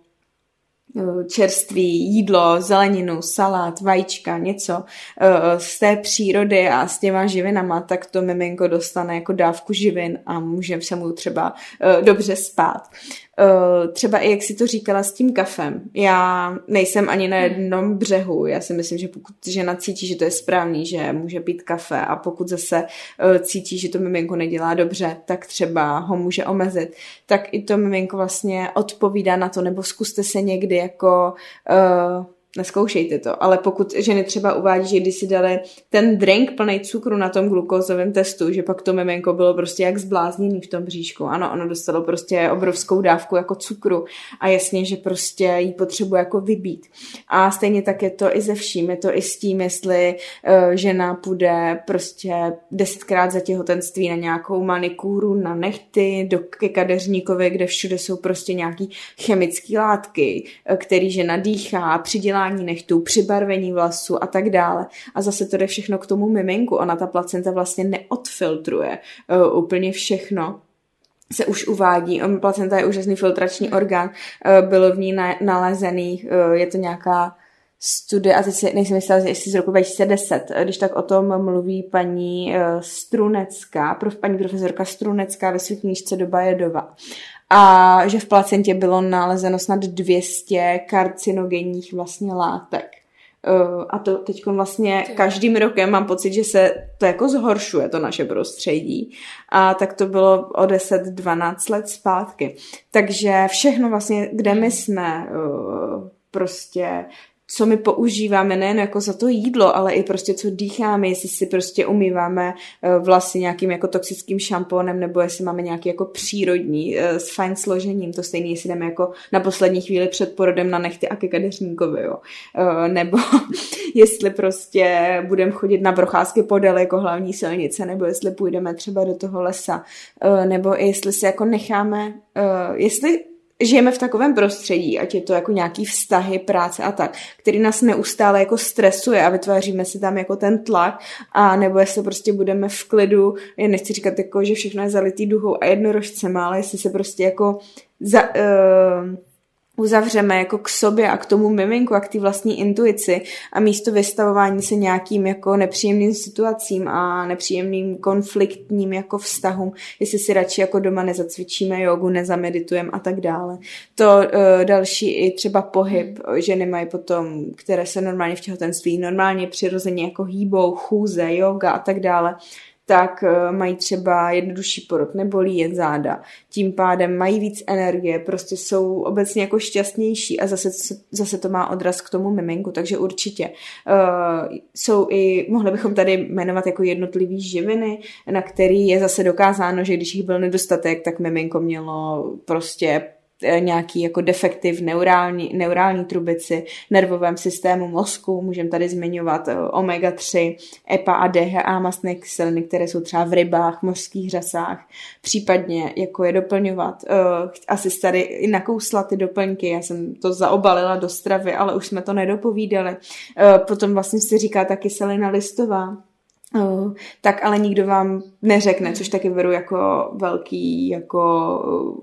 čerství jídlo, zeleninu, salát, vajíčka, něco z té přírody a s těma živinama, tak to miminko dostane jako dávku živin a může se mu třeba dobře spát. Třeba i jak si to říkala s tím kafem. Já nejsem ani na jednom břehu. Já si myslím, že pokud žena cítí, že to je správný, že může pít kafe a pokud zase cítí, že to miminko nedělá dobře, tak třeba ho může omezit. Tak i to miminko vlastně odpovídá na to, nebo zkuste se někdy jako... Uh, neskoušejte to, ale pokud ženy třeba uvádí, že když si dali ten drink plný cukru na tom glukózovém testu, že pak to miminko bylo prostě jak zblázněný v tom bříšku. Ano, ono dostalo prostě obrovskou dávku jako cukru a jasně, že prostě jí potřebuje jako vybít. A stejně tak je to i ze vším, je to i s tím, jestli uh, žena půjde prostě desetkrát za těhotenství na nějakou manikúru, na nehty, do ke kadeřníkovi, kde všude jsou prostě nějaký chemické látky, který žena dýchá, přidělá nechtů, přibarvení vlasů a tak dále. A zase to jde všechno k tomu miminku. Ona ta placenta vlastně neodfiltruje uh, úplně všechno. Se už uvádí. Placenta je úžasný filtrační orgán. Uh, bylo v ní na, nalezený, uh, je to nějaká studie, a teď si nejsem jistá, jestli z roku dva tisíce deset, když tak o tom mluví paní uh, Strunecká, prof, paní profesorka Strunecká ve své knížce Doba je doba. A že v placentě bylo nalezeno snad dvě stě karcinogenních vlastně látek. Uh, a to teď vlastně každým rokem mám pocit, že se to jako zhoršuje, to naše prostředí. A tak to bylo o deset dvanáct let zpátky. Takže všechno vlastně, kde my jsme, uh, prostě... co my používáme nejen jako za to jídlo, ale i prostě co dýcháme, jestli si prostě umýváme vlasy nějakým jako toxickým šampónem, nebo jestli máme nějaký jako přírodní s fajn složením, to stejný, jestli jdeme jako na poslední chvíli před porodem na nehty a ke kadeřníkovi, jo. Nebo jestli prostě budeme chodit na procházky podél jako hlavní silnice, nebo jestli půjdeme třeba do toho lesa, nebo jestli si jako necháme, jestli žijeme v takovém prostředí, ať je to jako nějaký vztahy, práce a tak, který nás neustále jako stresuje a vytváříme si tam jako ten tlak, a nebo jestli prostě budeme v klidu, já nechci říkat jako, že všechno je zalitý duchou a jednorožcema, ale jestli se prostě jako za, uh, uzavřeme jako k sobě a k tomu miminku a k té vlastní intuici a místo vystavování se nějakým jako nepříjemným situacím a nepříjemným konfliktním jako vztahům, jestli si radši jako doma nezacvičíme jogu, nezameditujeme a tak dále. To uh, další i třeba pohyb, ženy mají potom, které se normálně v těhotenství normálně přirozeně jako hýbou, chůze, yoga a tak dále, tak mají třeba jednodušší porod, nebolí je záda. Tím pádem mají víc energie, prostě jsou obecně jako šťastnější a zase, zase to má odraz k tomu miminku, takže určitě uh, jsou i, mohli bychom tady jmenovat jako jednotlivý živiny, na který je zase dokázáno, že když jich byl nedostatek, tak miminko mělo prostě nějaký jako defekty v neurální, neurální trubici, nervovém systému mozku, můžeme tady zmiňovat omega tři, E P A a D H A mastné kyseliny, které jsou třeba v rybách, mořských řasách, případně jako je doplňovat. Asi tady i nakousla ty doplňky, já jsem to zaobalila do stravy, ale už jsme to nedopovídali. Potom vlastně se říká ta kyselina listová, Uh, tak ale nikdo vám neřekne, což taky beru jako velký jako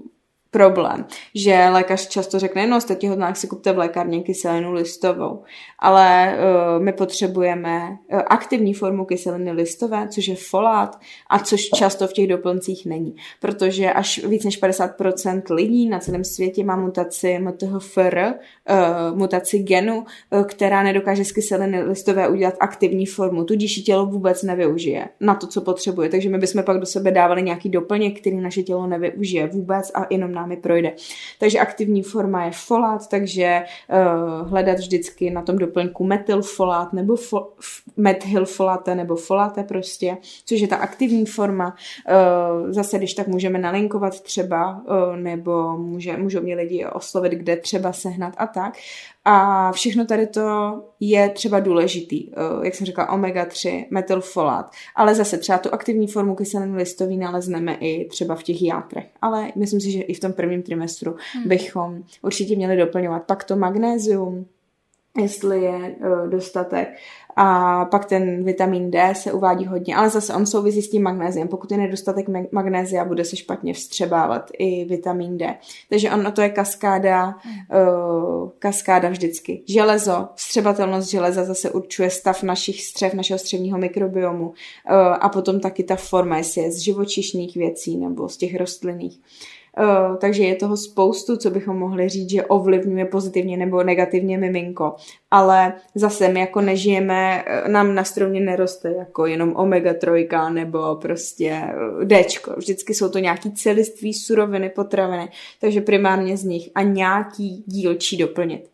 problém, že lékař často řekne, no jste těhotná, si kupte v lékárně kyselinu listovou, ale uh, my potřebujeme uh, aktivní formu kyseliny listové, což je folát a což často v těch doplňcích není, protože až víc než padesát procent lidí na celém světě má mutaci M T H F R, uh, mutaci genu, uh, která nedokáže z kyseliny listové udělat aktivní formu, tudíž ji tělo vůbec nevyužije na to, co potřebuje, takže my bychom pak do sebe dávali nějaký doplněk, který naše tělo nevyužije vůbec a jenom námi projde. Takže aktivní forma je folát, takže uh, hledat vždycky na tom doplňku metylfolát nebo fo- methylfolate nebo folate prostě, což je ta aktivní forma. Uh, zase, když tak můžeme nalinkovat třeba, uh, nebo může, můžou mě lidi oslovit, kde třeba sehnat a tak. A všechno tady to je třeba důležitý, jak jsem řekla, omega tři, metylfolát, ale zase třeba tu aktivní formu kyseliny listové nalezneme i třeba v těch játrech, ale myslím si, že i v tom prvním trimestru hmm. bychom určitě měli doplňovat. Pak to magnézium, jestli je dostatek, a pak ten vitamin D se uvádí hodně, ale zase on souvisí s tím magnéziem. Pokud je nedostatek magnézia, bude se špatně vstřebávat i vitamin D. Takže ono to je kaskáda, uh, kaskáda vždycky. Železo, vstřebatelnost železa zase určuje stav našich střev, našeho střevního mikrobiomu uh, a potom taky ta forma, jestli je z živočišných věcí nebo z těch rostlinných. Uh, takže je toho spoustu, co bychom mohli říct, že ovlivňuje pozitivně nebo negativně miminko. Ale zase my jako nežijeme, nám na stromě neroste jako jenom omega tři nebo prostě Dčko. Vždycky jsou to nějaký celiství suroviny, potraviny, takže primárně z nich a nějaký dílčí doplnit.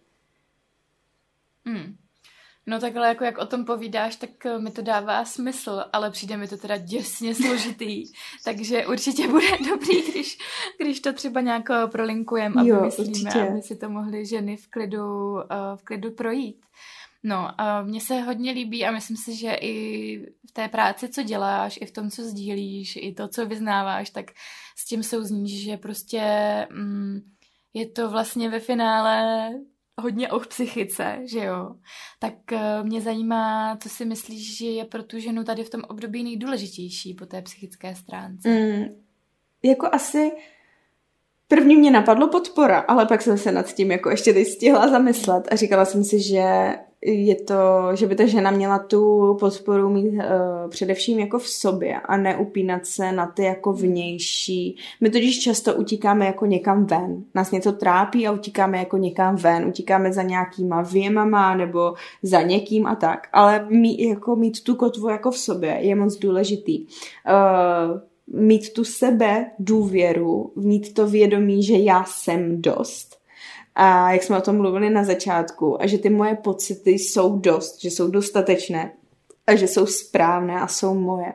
Hmm. No takhle, jako jak o tom povídáš, tak mi to dává smysl, ale přijde mi to teda děsně složitý, takže určitě bude dobrý, když, když to třeba nějak prolinkujeme, aby jo, myslíme, určitě. aby si to mohly ženy v klidu, v klidu projít. No, a mně se hodně líbí a myslím si, že i v té práci, co děláš, i v tom, co sdílíš, i to, co vyznáváš, tak s tím souzníš, že prostě mm, je to vlastně ve finále hodně o psychice, že jo. Tak mě zajímá, co si myslíš, že je pro tu ženu tady v tom období nejdůležitější po té psychické stránce. Mm, jako asi první mě napadlo podpora, ale pak jsem se nad tím jako ještě teď stihla zamyslet a říkala jsem si, že je to, že by ta žena měla tu podporu mít uh, především jako v sobě a neupínat se na ty jako vnější. My totiž často utíkáme jako někam ven. Nás něco trápí a utíkáme jako někam ven. Utíkáme za nějakýma věmama nebo za někým a tak. Ale mít, jako mít tu kotvu jako v sobě je moc důležitý. Uh, mít tu sebe důvěru, mít to vědomí, že já jsem dost. A jak jsme o tom mluvili na začátku, a že ty moje pocity jsou dost, že jsou dostatečné a že jsou správné a jsou moje.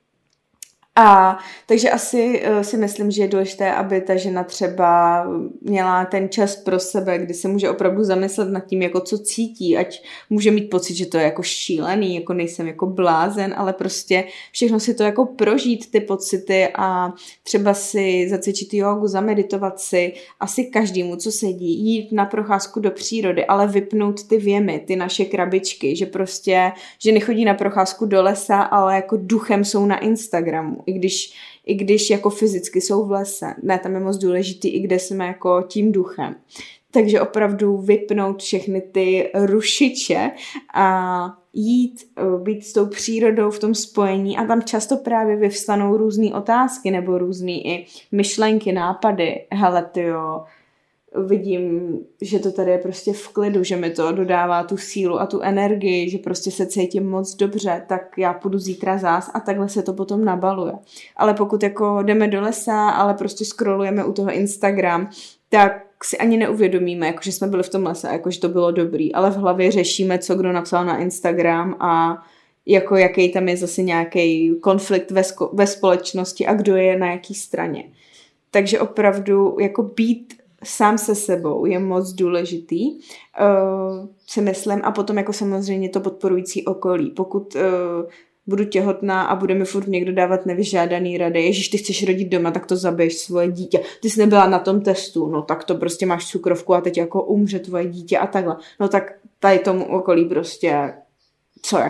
A takže asi uh, si myslím, že je důležité, aby ta žena třeba měla ten čas pro sebe, kdy se může opravdu zamyslet nad tím, jako co cítí, ať může mít pocit, že to je jako šílený, jako nejsem jako blázen, ale prostě všechno si to jako prožít, ty pocity a třeba si zacvičit jogu, zameditovat si, asi každému, co sedí, jít na procházku do přírody, ale vypnout ty věmy, ty naše krabičky, že prostě, že nechodí na procházku do lesa, ale jako duchem jsou na Instagramu. I když, i když jako fyzicky jsou v lese. Ne, tam je moc důležitý, i kde jsme jako tím duchem. Takže opravdu vypnout všechny ty rušiče a jít, být s tou přírodou v tom spojení a tam často právě vyvstanou různé otázky nebo různé i myšlenky, nápady. Hele, tyjo, vidím, že to tady je prostě v klidu, že mi to dodává tu sílu a tu energii, že prostě se cítím moc dobře, tak já půjdu zítra zás a takhle se to potom nabaluje. Ale pokud jako jdeme do lesa, ale prostě scrollujeme u toho Instagram, tak si ani neuvědomíme, jako že jsme byli v tom lese, jako že to bylo dobrý, ale v hlavě řešíme, co kdo napsal na Instagram a jako jaký tam je zase nějaký konflikt ve, sko- ve společnosti a kdo je na jaký straně. Takže opravdu jako být sám se sebou je moc důležitý, uh, si myslím, a potom jako samozřejmě to podporující okolí. Pokud uh, budu těhotná a bude mi furt někdo dávat nevyžádaný rady, ježiš, ty chceš rodit doma, tak to zabiješ svoje dítě, ty jsi nebyla na tom testu, no tak to prostě máš cukrovku a teď jako umře tvoje dítě a takhle. No tak tady tomu okolí prostě, co jako,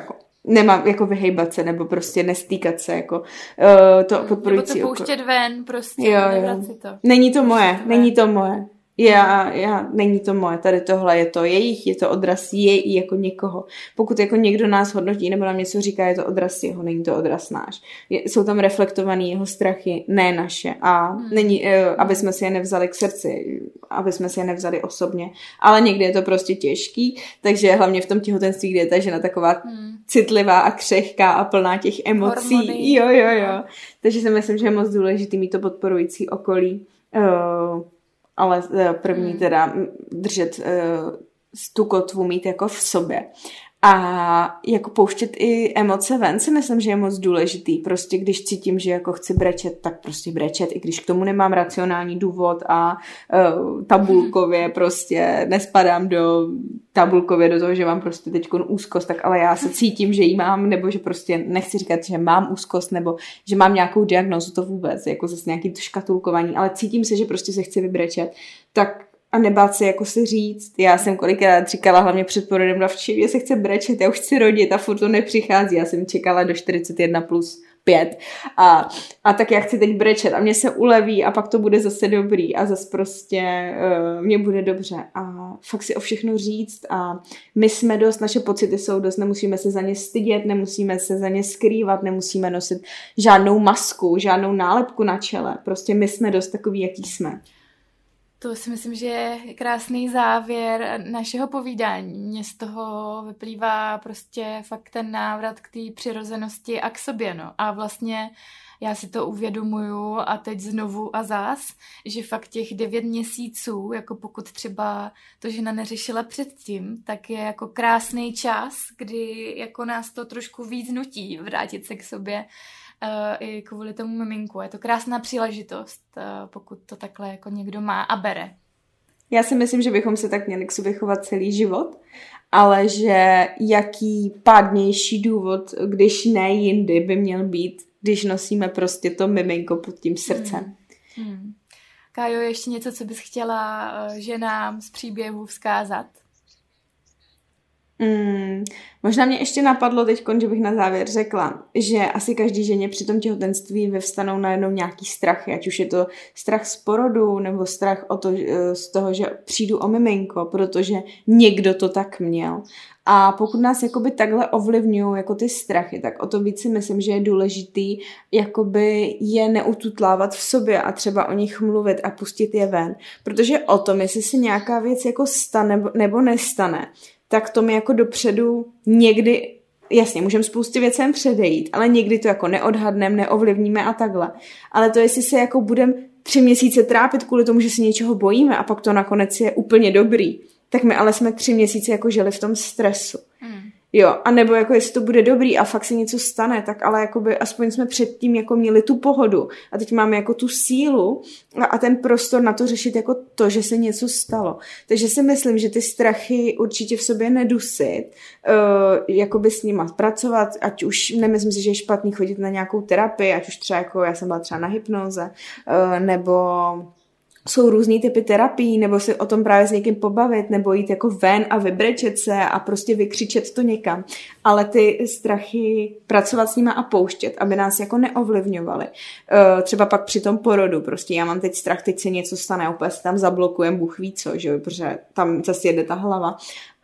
nemám jako vyhejbat se, nebo prostě nestýkat se, jako uh, to podporující nebo to pouštět oko... ven, prostě, jo, nebrat si to. Není to moje, to není to moje. Já, já, není to moje, tady tohle je to jejich, je to odraz jej jako někoho. Pokud jako někdo nás hodnotí nebo nám něco říká, je to odraz jeho, není to odraz náš. Je, jsou tam reflektovaný jeho strachy, ne naše. A hmm. není, uh, aby jsme si je nevzali k srdci, aby jsme si je nevzali osobně. Ale někdy je to prostě těžký, takže hlavně v tom těhotenství, kde je ta žena taková hmm. citlivá a křehká a plná těch emocí. Hormony. Jo, jo, jo. Takže si myslím, že je moc důležitý mít to podporující okolí. Uh, ale první hmm. teda držet uh, tu kotvu mít jako v sobě. A jako pouštět i emoce ven si myslím, že je moc důležitý. Prostě když cítím, že jako chci brečet, tak prostě brečet, i když k tomu nemám racionální důvod a uh, tabulkově prostě nespadám do tabulkově do toho, že mám prostě teďkon úzkost, tak ale já se cítím, že jí mám, nebo že prostě nechci říkat, že mám úzkost, nebo že mám nějakou diagnózu, to vůbec, jako zase nějaký to škatulkování, ale cítím se, že prostě se chci vybrečet, tak a nebát se jako si říct. Já jsem kolikrát říkala hlavně před porodem Davči, že se chce brečet, já už chci rodit a furt to nepřichází. Já jsem čekala do čtyřicet jedna plus pět a, a tak já chci teď brečet a mě se uleví a pak to bude zase dobrý a zase prostě uh, mě bude dobře a fakt si o všechno říct a my jsme dost, naše pocity jsou dost, nemusíme se za ně stydět, nemusíme se za ně skrývat, nemusíme nosit žádnou masku, žádnou nálepku na čele, prostě my jsme dost takový, jaký jsme. To si myslím, že je krásný závěr našeho povídání. Mně z toho vyplývá prostě fakt ten návrat k té přirozenosti a k sobě. No. A vlastně já si to uvědomuju a teď znovu a zás, že fakt těch devět měsíců, jako pokud třeba to žena neřešila předtím, tak je jako krásný čas, kdy jako nás to trošku víc nutí vrátit se k sobě Uh, i kvůli tomu miminku. Je to krásná příležitost, uh, pokud to takhle jako někdo má a bere. Já si myslím, že bychom se tak měli k sobě chovat celý život, ale že jaký pádnější důvod, když ne jindy, by měl být, když nosíme prostě to miminko pod tím srdcem. Hmm. Hmm. Kájo, ještě něco, co bys chtěla uh, ženám z příběhu vzkázat? Mm, možná mě ještě napadlo teď, že bych na závěr řekla, že asi každý ženě při tom těhotenství vyvstanou najednou nějaký strachy, ať už je to strach z porodu nebo strach o to, z toho, že přijdu o miminko, protože někdo to tak měl. A pokud nás jakoby takhle ovlivňují jako ty strachy, tak o to víc si myslím, že je důležitý jakoby je neututlávat v sobě a třeba o nich mluvit a pustit je ven. Protože o tom, jestli si nějaká věc jako stane nebo nestane, tak to mi jako dopředu někdy, jasně, můžeme spoustě věcem předejít, ale někdy to jako neodhadneme, neovlivníme a takhle. Ale to, jestli se jako budeme tři měsíce trápit kvůli tomu, že se něčeho bojíme a pak to nakonec je úplně dobrý, tak my ale jsme tři měsíce jako žili v tom stresu. Hmm. Jo, a nebo jako jestli to bude dobrý a fakt se něco stane, tak ale jakoby aspoň jsme předtím jako měli tu pohodu a teď máme jako tu sílu a, a ten prostor na to řešit jako to, že se něco stalo. Takže si myslím, že ty strachy určitě v sobě nedusit, uh, jakoby s nima pracovat, ať už nemyslím si, že je špatný chodit na nějakou terapii, ať už třeba jako já jsem byla třeba na hypnoze, uh, nebo jsou různý typy terapií, nebo se o tom právě s někým pobavit, nebo jít jako ven a vybrečet se a prostě vykřičet to někam. Ale ty strachy pracovat s nima a pouštět, aby nás jako neovlivňovaly. Uh, třeba pak při tom porodu, prostě já mám teď strach, teď se něco stane, úplně se tam zablokujem, Bůh ví co, že jo, protože tam zase jede ta hlava.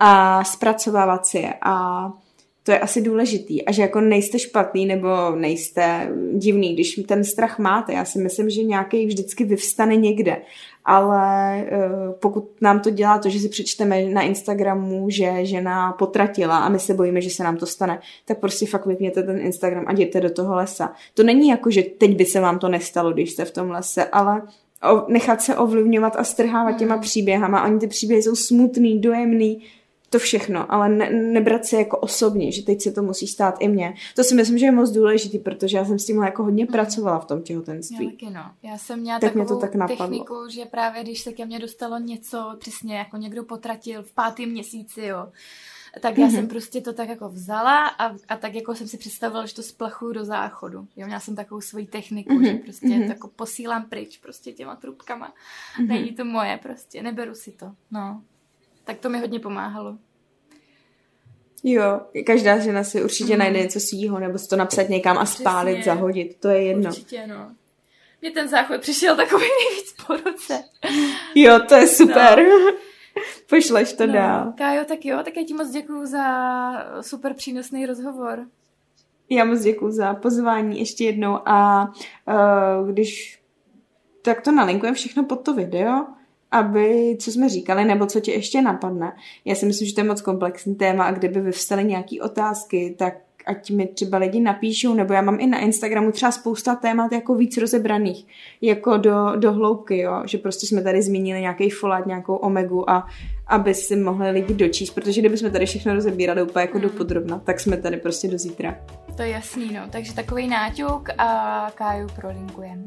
A zpracovávat si je a to je asi důležitý. A že jako nejste špatný nebo nejste divný, když ten strach máte. Já si myslím, že nějaký vždycky vyvstane někde. Ale uh, pokud nám to dělá to, že si přečteme na Instagramu, že žena potratila a my se bojíme, že se nám to stane, tak prostě fakt vypněte ten Instagram a jděte do toho lesa. To není jako, že teď by se vám to nestalo, když jste v tom lese, ale nechat se ovlivňovat a strhávat těma příběhama. Oni ty příběhy jsou smutný, dojemný, to všechno, ale ne, nebrat se jako osobně, že teď se to musí stát i mně. To si myslím, že je moc důležitý, protože já jsem s tím jako hodně pracovala v tom těhotenství. Já taky, no. Já jsem měla tak takovou to tak techniku, že právě když se ke mně dostalo něco, přesně jako někdo potratil v pátém měsíci, jo, tak já mm-hmm. jsem prostě to tak jako vzala a, a tak jako jsem si představila, že to splachuju do záchodu. Jo, měla jsem takovou svoji techniku, mm-hmm. že prostě mm-hmm. to jako posílám pryč prostě těma trubkama. Mm-hmm. Není to moje prostě, neberu si to, no. Tak to mi hodně pomáhalo. Jo, každá žena si určitě mm. najde něco svýho, nebo si to napsat někam a spálit, Přesně. zahodit, to je jedno. Určitě, no. Mně ten záchod přišel takový nejvíc po roce. Jo, to je super. No. Pošleš to no. dál. Kájo, tak jo, tak já ti moc děkuju za super přínosný rozhovor. Já moc děkuju za pozvání ještě jednou a uh, když tak to nalinkujeme všechno pod to video, aby, co jsme říkali, nebo co tě ještě napadne. Já si myslím, že to je moc komplexní téma a kdyby vyvstaly nějaké otázky, tak ať mi třeba lidi napíšou, nebo já mám i na Instagramu třeba spousta témat jako víc rozebraných, jako do, do hloubky, jo? Že prostě jsme tady zmínili nějaký folát, nějakou omegu a aby si mohli lidi dočíst, protože kdybychom tady všechno rozebírali úplně jako hmm. dopodrobna, tak jsme tady prostě do zítra. To je jasný, no. Takže takový náťuk a Káju prolinkujeme.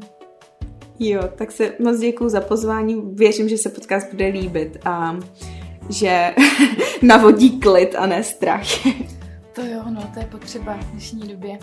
Jo, tak se moc děkuju za pozvání. Věřím, že se podcast bude líbit a že navodí klid a ne strach. To jo, no, to je potřeba v dnešní době.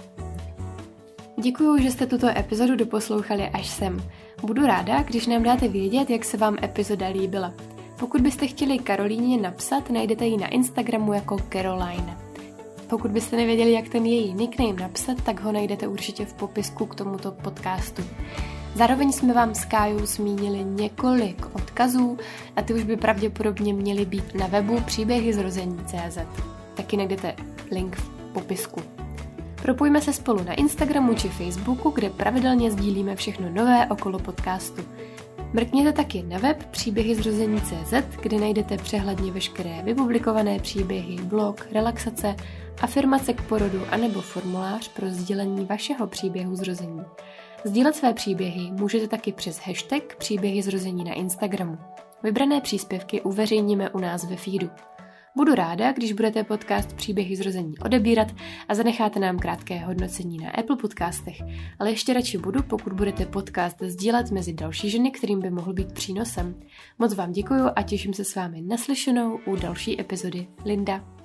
Děkuju, že jste tuto epizodu doposlouchali až sem. Budu ráda, když nám dáte vědět, jak se vám epizoda líbila. Pokud byste chtěli Karolíně napsat, najdete ji na Instagramu jako Caroline. Pokud byste nevěděli, jak ten její nickname napsat, tak ho najdete určitě v popisku k tomuto podcastu. Zároveň jsme vám s Kájou zmínili několik odkazů a ty už by pravděpodobně měly být na webu příběhy zrození tečka cé zet. Taky najdete link v popisku. Propojíme se spolu na Instagramu či Facebooku, kde pravidelně sdílíme všechno nové okolo podcastu. Mrkněte taky na web příběhy zrození tečka cé zet, kde najdete přehledně veškeré vypublikované příběhy, blog, relaxace, afirmace k porodu anebo formulář pro sdílení vašeho příběhu zrození. Sdílet své příběhy můžete taky přes hashtag příběhy zrození na Instagramu. Vybrané příspěvky uveřejníme u nás ve feedu. Budu ráda, když budete podcast Příběhy zrození odebírat a zanecháte nám krátké hodnocení na Apple podcastech, ale ještě radši budu, pokud budete podcast sdílet mezi další ženy, kterým by mohl být přínosem. Moc vám děkuju a těším se s vámi naslyšenou u další epizody. Linda.